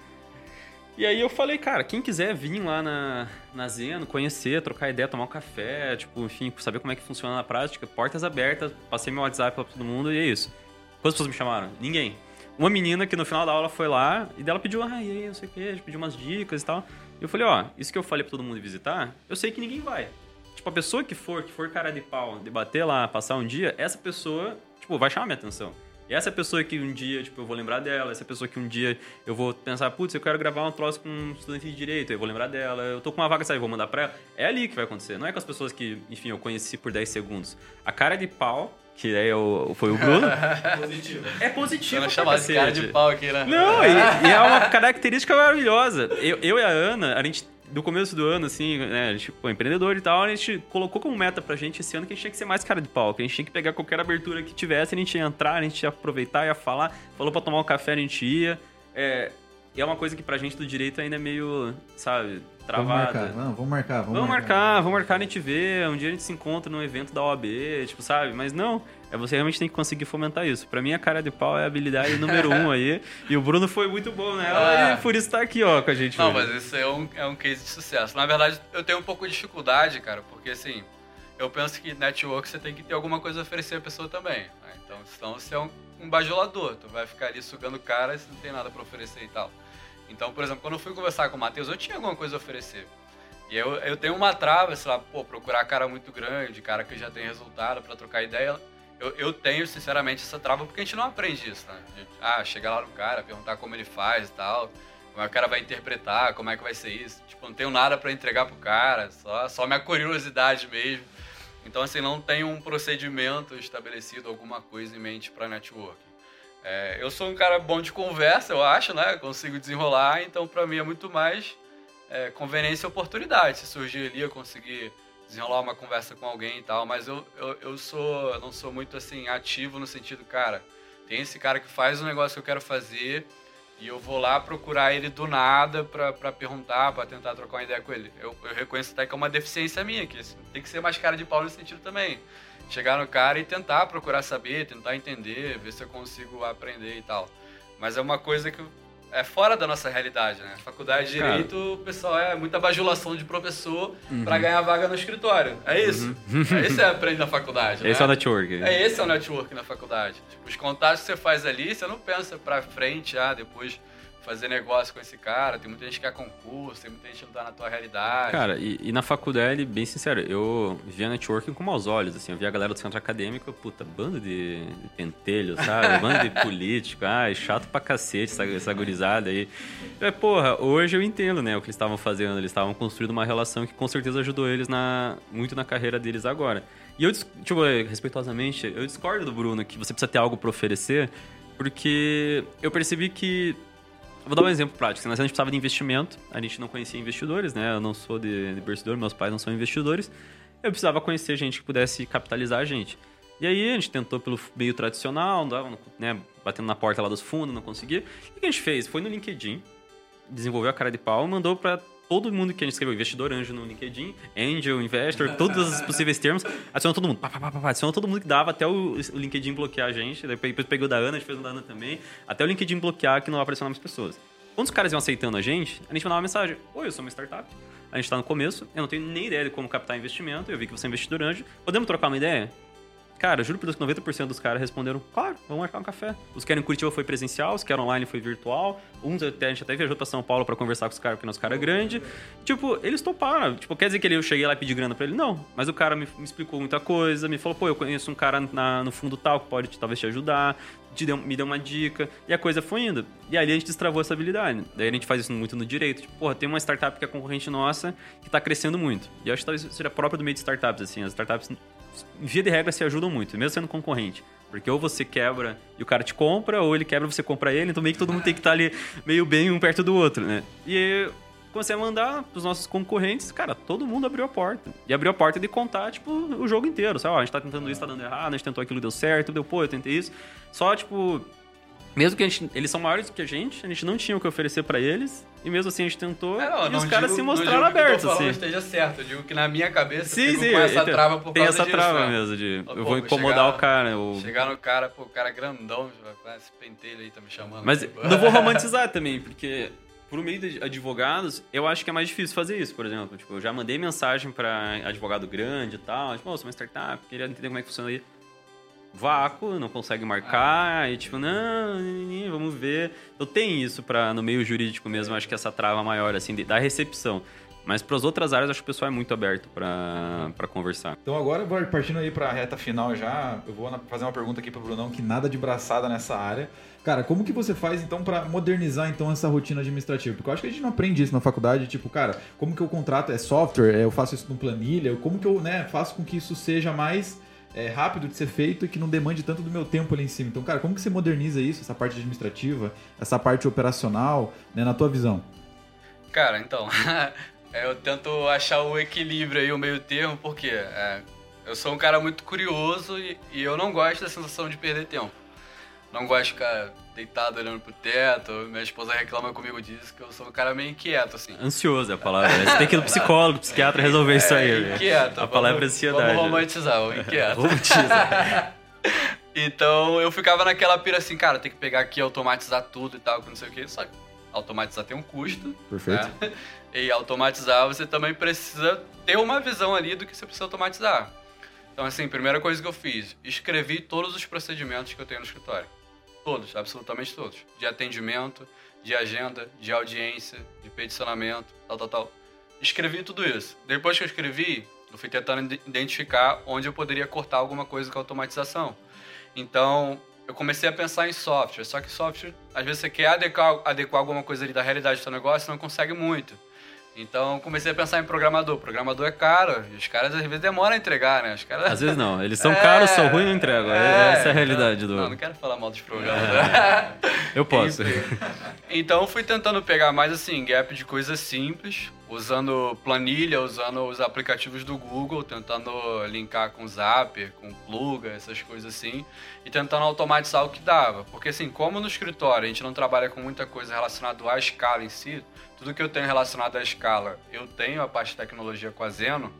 E aí eu falei, cara, quem quiser vir lá na, na Zeno, conhecer, trocar ideia, tomar um café, tipo, enfim, saber como é que funciona na prática, portas abertas, passei meu WhatsApp pra todo mundo e é isso. Quantas pessoas me chamaram? Ninguém. Uma menina que no final da aula foi lá e dela pediu, ah, e aí, não sei o quê, pediu umas dicas e tal. E eu falei, ó, isso que eu falei pra todo mundo visitar, eu sei que ninguém vai. Tipo, a pessoa que for, que for cara de pau, debater lá, passar um dia, essa pessoa, tipo, vai chamar minha atenção. E essa pessoa que um dia, tipo, eu vou lembrar dela, essa pessoa que um dia eu vou pensar, putz, eu quero gravar um troço com um estudante de direito, eu vou lembrar dela, eu tô com uma vaga, sabe, eu vou mandar pra ela. É ali que vai acontecer, não é com as pessoas que, enfim, eu conheci por dez segundos. A cara de pau, que é o, foi o Bruno... Positivo. É positivo. Você não chama de cara de pau aqui, né? Não, e, e é uma característica maravilhosa. Eu, eu e a Ana, a gente... Do começo do ano, assim, né, a gente, pô, empreendedor e tal, a gente colocou como meta pra gente esse ano que a gente tinha que ser mais cara de pau, que a gente tinha que pegar qualquer abertura que tivesse, a gente ia entrar, a gente ia aproveitar, ia falar, falou pra tomar um café, a gente ia. É, e é uma coisa que pra gente do direito ainda é meio, sabe, travada. Vamos marcar, não, vamos marcar, vamos, vamos marcar. marcar, vamos marcar, a gente vê, um dia a gente se encontra num evento da O A B, tipo, sabe, mas não... É, você realmente tem que conseguir fomentar isso. Pra mim, a cara de pau é a habilidade número um aí. E o Bruno foi muito bom nela, é. e por isso tá aqui, ó, com a gente. Não, hoje. mas isso é um, é um case de sucesso. Na verdade, eu tenho um pouco de dificuldade, cara, porque assim, eu penso que network você tem que ter alguma coisa a oferecer à pessoa também. Né? Então, senão você é um, um bajulador. Tu vai ficar ali sugando cara e você não tem nada pra oferecer e tal. Então, por exemplo, quando eu fui conversar com o Matheus, eu tinha alguma coisa a oferecer. E eu, eu tenho uma trava, sei lá, pô, procurar cara muito grande, cara que já tem resultado pra trocar ideia. Eu, eu tenho, sinceramente, essa trava porque a gente não aprende isso, né? De, ah, chegar lá no cara, perguntar como ele faz e tal, como é que o cara vai interpretar, como é que vai ser isso. Tipo, não tenho nada pra entregar pro cara, só, só minha curiosidade mesmo. Então, assim, não tenho um procedimento estabelecido, alguma coisa em mente pra networking. É, eu sou um cara bom de conversa, eu acho, né? Consigo desenrolar, então pra mim é muito mais é, conveniência e oportunidade. Se surgir ali, eu conseguir desenrolar uma conversa com alguém e tal, mas eu, eu, eu sou, não sou muito, assim, ativo no sentido, cara, tem esse cara que faz um negócio que eu quero fazer e eu vou lá procurar ele do nada pra, pra perguntar, pra tentar trocar uma ideia com ele. Eu, eu reconheço até que é uma deficiência minha, que assim, tem que ser mais cara de pau nesse sentido também. Chegar no cara e tentar procurar saber, tentar entender, ver se eu consigo aprender e tal. Mas é uma coisa que é fora da nossa realidade, né? Faculdade de Cara. Direito, o pessoal é muita bajulação de professor Uhum. pra ganhar vaga no escritório. É isso. Uhum. É isso que você aprende na faculdade, Esse né? é o network. É esse é o network na faculdade. Tipo, os contatos que você faz ali, você não pensa pra frente, ah, depois fazer negócio com esse cara. Tem muita gente que quer concurso, tem muita gente que não tá na tua realidade. Cara, e, e na faculdade, bem sincero, eu via networking com maus olhos, assim, eu via a galera do centro acadêmico, puta, bando de, de pentelho, sabe? Bando de político, ai, chato pra cacete essa, essa gurizada aí. É, porra, hoje eu entendo, né, o que eles estavam fazendo, eles estavam construindo uma relação que com certeza ajudou eles na, muito na carreira deles agora. E eu, tipo, respeitosamente, eu discordo do Bruno que você precisa ter algo pra oferecer, porque eu percebi que vou dar um exemplo prático. Nós a gente precisava de investimento, a gente não conhecia investidores, né? Eu não sou de, de bercedor, meus pais não são investidores. Eu precisava conhecer gente que pudesse capitalizar a gente. E aí a gente tentou pelo meio tradicional, andava, né, batendo na porta lá dos fundos, não conseguia. O que a gente fez? Foi no LinkedIn, desenvolveu a cara de pau e mandou para todo mundo que a gente escreveu, investidor anjo no LinkedIn, angel, investor, todos os possíveis termos, adicionou todo mundo, pá, pá, pá, pá, adicionou todo mundo que dava até o, o LinkedIn bloquear a gente, depois pegou da Ana, a gente fez o da Ana também, até o LinkedIn bloquear que não apareceu mais pessoas. Quando os caras iam aceitando a gente, a gente mandava uma mensagem, oi, eu sou uma startup, a gente tá no começo, eu não tenho nem ideia de como captar investimento, eu vi que você é investidor anjo, podemos trocar uma ideia? Cara, juro por Deus que noventa por cento dos caras responderam, claro, vamos marcar um café. Os que eram em Curitiba foi presencial, os que eram online foi virtual. Uns até, a gente até viajou pra São Paulo pra conversar com os caras, porque nosso cara é grande. Tipo, eles toparam. Tipo, quer dizer que ele, eu cheguei lá e pedi grana pra ele? Não. Mas o cara me, me explicou muita coisa, me falou, pô, eu conheço um cara na, no fundo tal que pode talvez te ajudar. Te deu, me deu uma dica. E a coisa foi indo. E ali a gente destravou essa habilidade. Daí a gente faz isso muito no direito. Tipo, porra, tem uma startup que é concorrente nossa que tá crescendo muito. E eu acho que talvez seja próprio do meio de startups, assim. As startups, em via de regra, se ajudam muito, mesmo sendo concorrente. Porque ou você quebra e o cara te compra, ou ele quebra e você compra ele. Então meio que todo mundo tem que estar ali meio bem um perto do outro, né? E comecei a mandar pros nossos concorrentes, cara, todo mundo abriu a porta. E abriu a porta de contar, tipo, o jogo inteiro. Sabe, ó, a gente tá tentando isso, tá dando errado, a gente tentou aquilo, deu certo, deu, pô, eu tentei isso. Só, tipo, mesmo que a gente, eles são maiores do que a gente, a gente não tinha o que oferecer pra eles, e mesmo assim a gente tentou, é, não, e não os caras digo, se mostraram abertos, assim. Eu esteja certo, eu digo que na minha cabeça sim, sim, sim, com essa então, trava por tem causa essa disso, trava né? mesmo, de Pô, eu vou incomodar chegar, o cara. Eu... Chegar no cara, pô, o cara grandão, esse pentelho aí tá me chamando. Mas aqui, não vou romantizar também, porque... Por meio de advogados, eu acho que é mais difícil fazer isso, por exemplo. Tipo, eu já mandei mensagem pra advogado grande e tal. Tipo, oh, sou uma startup, queria entender como é que funciona aí. Vácuo, não consegue marcar. Ah. E tipo, não, vamos ver. Eu tenho isso pra, no meio jurídico mesmo, acho que essa trava maior, assim, da recepção. Mas para as outras áreas, acho que o pessoal é muito aberto para conversar. Então agora, partindo aí para a reta final já, eu vou fazer uma pergunta aqui para o Brunão, que nada de braçada nessa área. Cara, como que você faz, então, para modernizar, então, essa rotina administrativa? Porque eu acho que a gente não aprende isso na faculdade, tipo, cara, como que eu contrato, é software, eu faço isso no planilha, como que eu, né, faço com que isso seja mais é, rápido de ser feito e que não demande tanto do meu tempo ali em cima. Então, cara, como que você moderniza isso, essa parte administrativa, essa parte operacional, né, na tua visão? Cara, então... É, eu tento achar o equilíbrio aí, o meio termo, porque é, eu sou um cara muito curioso e, e eu não gosto da sensação de perder tempo. Não gosto de ficar deitado olhando pro teto. Minha esposa reclama comigo disso, que eu sou um cara meio inquieto, assim. Ansioso é a palavra. Você tem que ir no psicólogo, psiquiatra resolver é, isso aí. É, inquieto. A palavra é ansiedade. Vamos romantizar, o inquieto. Romantiza. Então eu ficava naquela pira assim, cara, tem que pegar aqui, automatizar tudo e tal, que não sei o que, só que automatizar tem um custo. Perfeito. Né? E automatizar, você também precisa ter uma visão ali do que você precisa automatizar. Então, assim, primeira coisa que eu fiz, escrevi todos os procedimentos que eu tenho no escritório. Todos, absolutamente todos. De atendimento, de agenda, de audiência, de peticionamento, tal, tal, tal. Escrevi tudo isso. Depois que eu escrevi, eu fui tentando identificar onde eu poderia cortar alguma coisa com a automatização. Então, eu comecei a pensar em software. Só que software, às vezes você quer adequar, adequar alguma coisa ali da realidade do seu negócio e não consegue muito. Então, comecei a pensar em programador. Programador é caro. E os caras, às vezes, demoram a entregar, né? Os caras... Às vezes não. Eles são é, caros, são ruins e não entregam. É, essa é a realidade não, do... Não, não quero falar mal dos programadores. É. Eu posso. Então, fui tentando pegar mais, assim, gap de coisas simples, usando planilha, usando os aplicativos do Google, tentando linkar com o Zapier, com o Pluga, essas coisas assim, e tentando automatizar o que dava. Porque, assim, como no escritório a gente não trabalha com muita coisa relacionada à escala em si, tudo que eu tenho relacionado à escala, eu tenho a parte de tecnologia com a Zeno.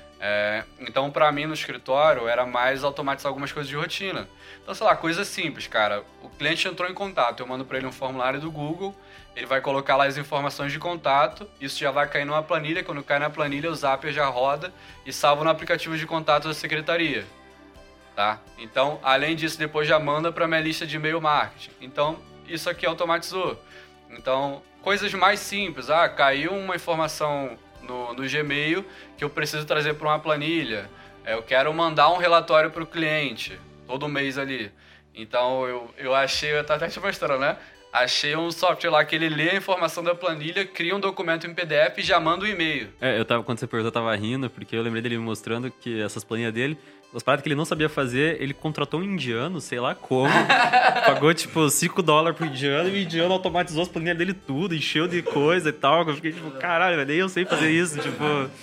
É, então, para mim, no escritório, era mais automatizar algumas coisas de rotina. Então, sei lá, coisa simples, cara. O cliente entrou em contato, eu mando para ele um formulário do Google, ele vai colocar lá as informações de contato, isso já vai cair numa planilha, quando cai na planilha, o Zapier já roda e salva no aplicativo de contato da secretaria. Tá? Então, além disso, depois já manda para minha lista de e-mail marketing. Então, isso aqui automatizou. Então, coisas mais simples. Ah, caiu uma informação no, no Gmail que eu preciso trazer para uma planilha. É, eu quero mandar um relatório para o cliente, todo mês ali. Então, eu, eu achei, eu tô até te mostrando, né? Achei um software lá que ele lê a informação da planilha, cria um documento em P D F e já manda o um e-mail. É, eu tava, quando você perguntou, eu tava rindo, porque eu lembrei dele me mostrando que essas planilhas dele, as paradas que ele não sabia fazer, ele contratou um indiano, sei lá como, pagou tipo cinco dólares pro indiano, e o indiano automatizou as planilhas dele tudo, encheu de coisa e tal. Eu fiquei tipo, caralho, nem eu sei fazer isso, tipo...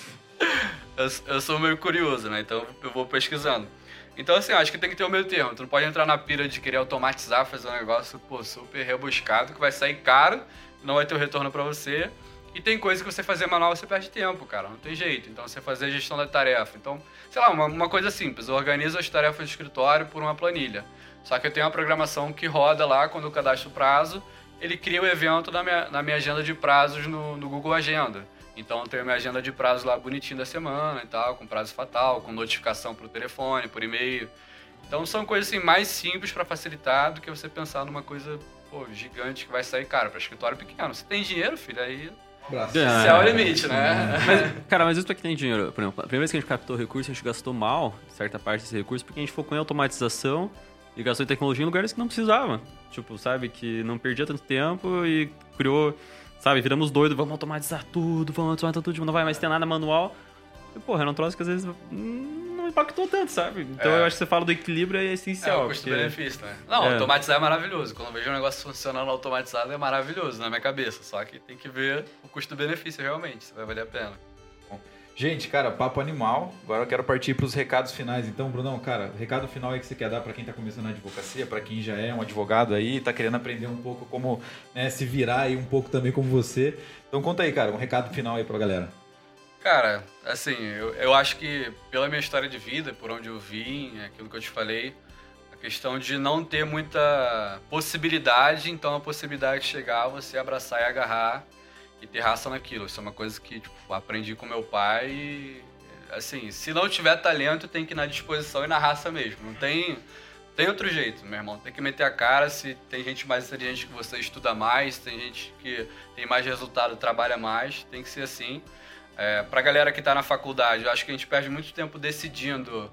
Eu, eu sou meio curioso, né? Então eu vou pesquisando. Então, assim, acho que tem que ter o meio termo. Tu não pode entrar na pira de querer automatizar, fazer um negócio, pô, super rebuscado, que vai sair caro, não vai ter o retorno pra você. E tem coisa que você fazer manual, você perde tempo, cara, não tem jeito. Então, você fazer a gestão da tarefa. Então, sei lá, uma, uma coisa simples, eu organizo as tarefas do escritório por uma planilha. Só que eu tenho uma programação que roda lá, quando eu cadastro o prazo, ele cria o evento na minha, na minha agenda de prazos no, no Google Agenda. Então, eu tenho a minha agenda de prazos lá bonitinho da semana e tal, com prazo fatal, com notificação pro telefone, por e-mail. Então são coisas assim, mais simples para facilitar do que você pensar numa coisa pô, gigante que vai sair caro para escritório pequeno. Se tem dinheiro, filho, aí Braço. esse é o limite, né? Mas, cara, mas isso pra que tem dinheiro, por exemplo, a primeira vez que a gente captou recurso, a gente gastou mal certa parte desse recurso porque a gente focou em automatização e gastou em tecnologia em lugares que não precisava. Tipo, sabe, que não perdia tanto tempo e criou, sabe, viramos doidos, vamos automatizar tudo, vamos automatizar tudo, não vai mais ter nada manual. E, porra, era um troço que às vezes hum, não impactou tanto, sabe? Então É. eu acho que você fala do equilíbrio é essencial. É, o porque- custo-benefício, né? Não, É. automatizar é maravilhoso. Quando eu vejo um negócio funcionando automatizado, é maravilhoso na minha cabeça. Só que tem que ver o custo-benefício realmente, se vai valer a pena. Gente, cara, papo animal. Agora eu quero partir para os recados finais. Então, Brunão, cara, recado final aí que você quer dar para quem está começando a advocacia, para quem já é um advogado aí, está querendo aprender um pouco como né, se virar aí um pouco também como você. Então conta aí, cara, um recado final aí para a galera. Cara, assim, eu, eu acho que pela minha história de vida, por onde eu vim, aquilo que eu te falei, a questão de não ter muita possibilidade, então a possibilidade de chegar, você abraçar e agarrar e ter raça naquilo. Isso é uma coisa que tipo, aprendi com meu pai e, assim, se não tiver talento, tem que ir na disposição e na raça mesmo. Não tem, tem outro jeito, meu irmão. Tem que meter a cara. Se tem gente mais inteligente que você, estuda mais. Tem gente que tem mais resultado, trabalha mais. Tem que ser assim. É, pra galera que tá na faculdade, eu acho que a gente perde muito tempo decidindo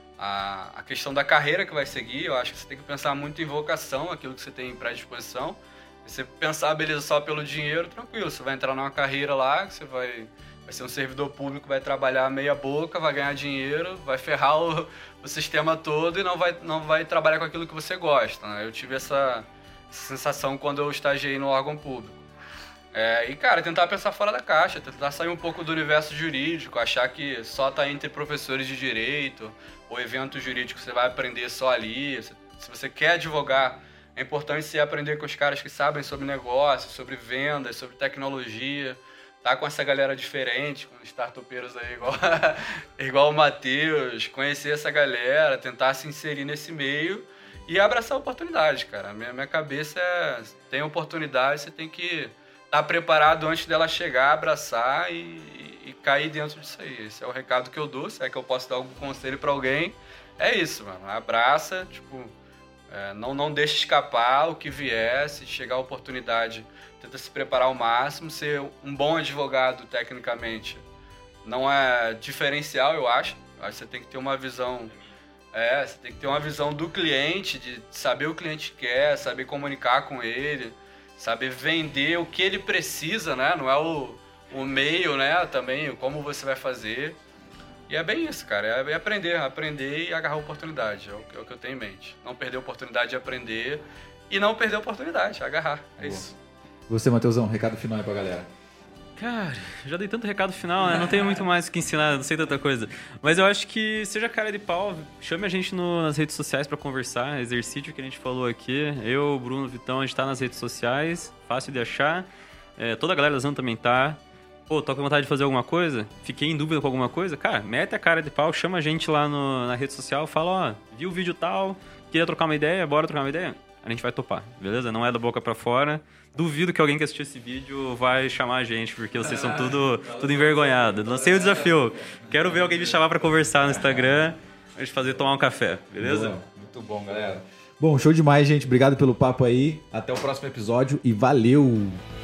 a, a questão da carreira que vai seguir. Eu acho que você tem que pensar muito em vocação, aquilo que você tem em predisposição. Você pensar, beleza, só pelo dinheiro, tranquilo. Você vai entrar numa carreira lá, que você vai, vai ser um servidor público, vai trabalhar meia boca, vai ganhar dinheiro, vai ferrar o, o sistema todo e não vai, não vai trabalhar com aquilo que você gosta, né? Eu tive essa, essa sensação quando eu estagiei no órgão público. É, e, cara, tentar pensar fora da caixa, tentar sair um pouco do universo jurídico, achar que só tá entre professores de direito ou evento jurídico você vai aprender só ali. Se, se você quer advogar, é importante você aprender com os caras que sabem sobre negócio, sobre vendas, sobre tecnologia, tá com essa galera diferente, com startupeiros aí igual, igual o Matheus, conhecer essa galera, tentar se inserir nesse meio e abraçar a oportunidade, cara. Minha, minha cabeça é, tem oportunidade, você tem que estar preparado antes dela chegar, abraçar e, e, e cair dentro disso aí. Esse é o recado que eu dou, se é que eu posso dar algum conselho pra alguém. É isso, mano. Abraça, tipo... É, não, não deixe escapar o que vier, se chegar a oportunidade, tenta se preparar ao máximo, ser um bom advogado tecnicamente não é diferencial, eu acho. Acho que você tem que ter uma visão, é, você tem que ter uma visão do cliente, de saber o que o cliente quer, saber comunicar com ele, saber vender o que ele precisa, né? Não é o, o meio, né? Também como você vai fazer. E é bem isso, cara. É aprender, aprender e agarrar a oportunidade. É o, que, é o que eu tenho em mente. Não perder a oportunidade de aprender e não perder a oportunidade, agarrar. É Boa. isso. Você, Matheusão, recado final aí pra galera. Cara, já dei tanto recado final, né? Não tenho muito mais o que ensinar, não sei tanta coisa. Mas eu acho que seja cara de pau, chame a gente no, nas redes sociais pra conversar, exercício que a gente falou aqui. Eu, Bruno, Vitão, a gente tá nas redes sociais, fácil de achar. É, toda a galera da Zan também tá. Pô, tô com vontade de fazer alguma coisa? Fiquei em dúvida com alguma coisa? Cara, mete a cara de pau, chama a gente lá no, na rede social, fala, ó, vi o vídeo tal, queria trocar uma ideia, bora trocar uma ideia? A gente vai topar, beleza? Não é da boca pra fora. Duvido que alguém que assistiu esse vídeo vai chamar a gente, porque vocês são tudo, tudo envergonhados. Lancei o desafio. Quero ver alguém me chamar pra conversar no Instagram, a gente fazer tomar um café, beleza? Boa. Muito bom, galera. Bom, show demais, gente. Obrigado pelo papo aí. Até o próximo episódio e valeu!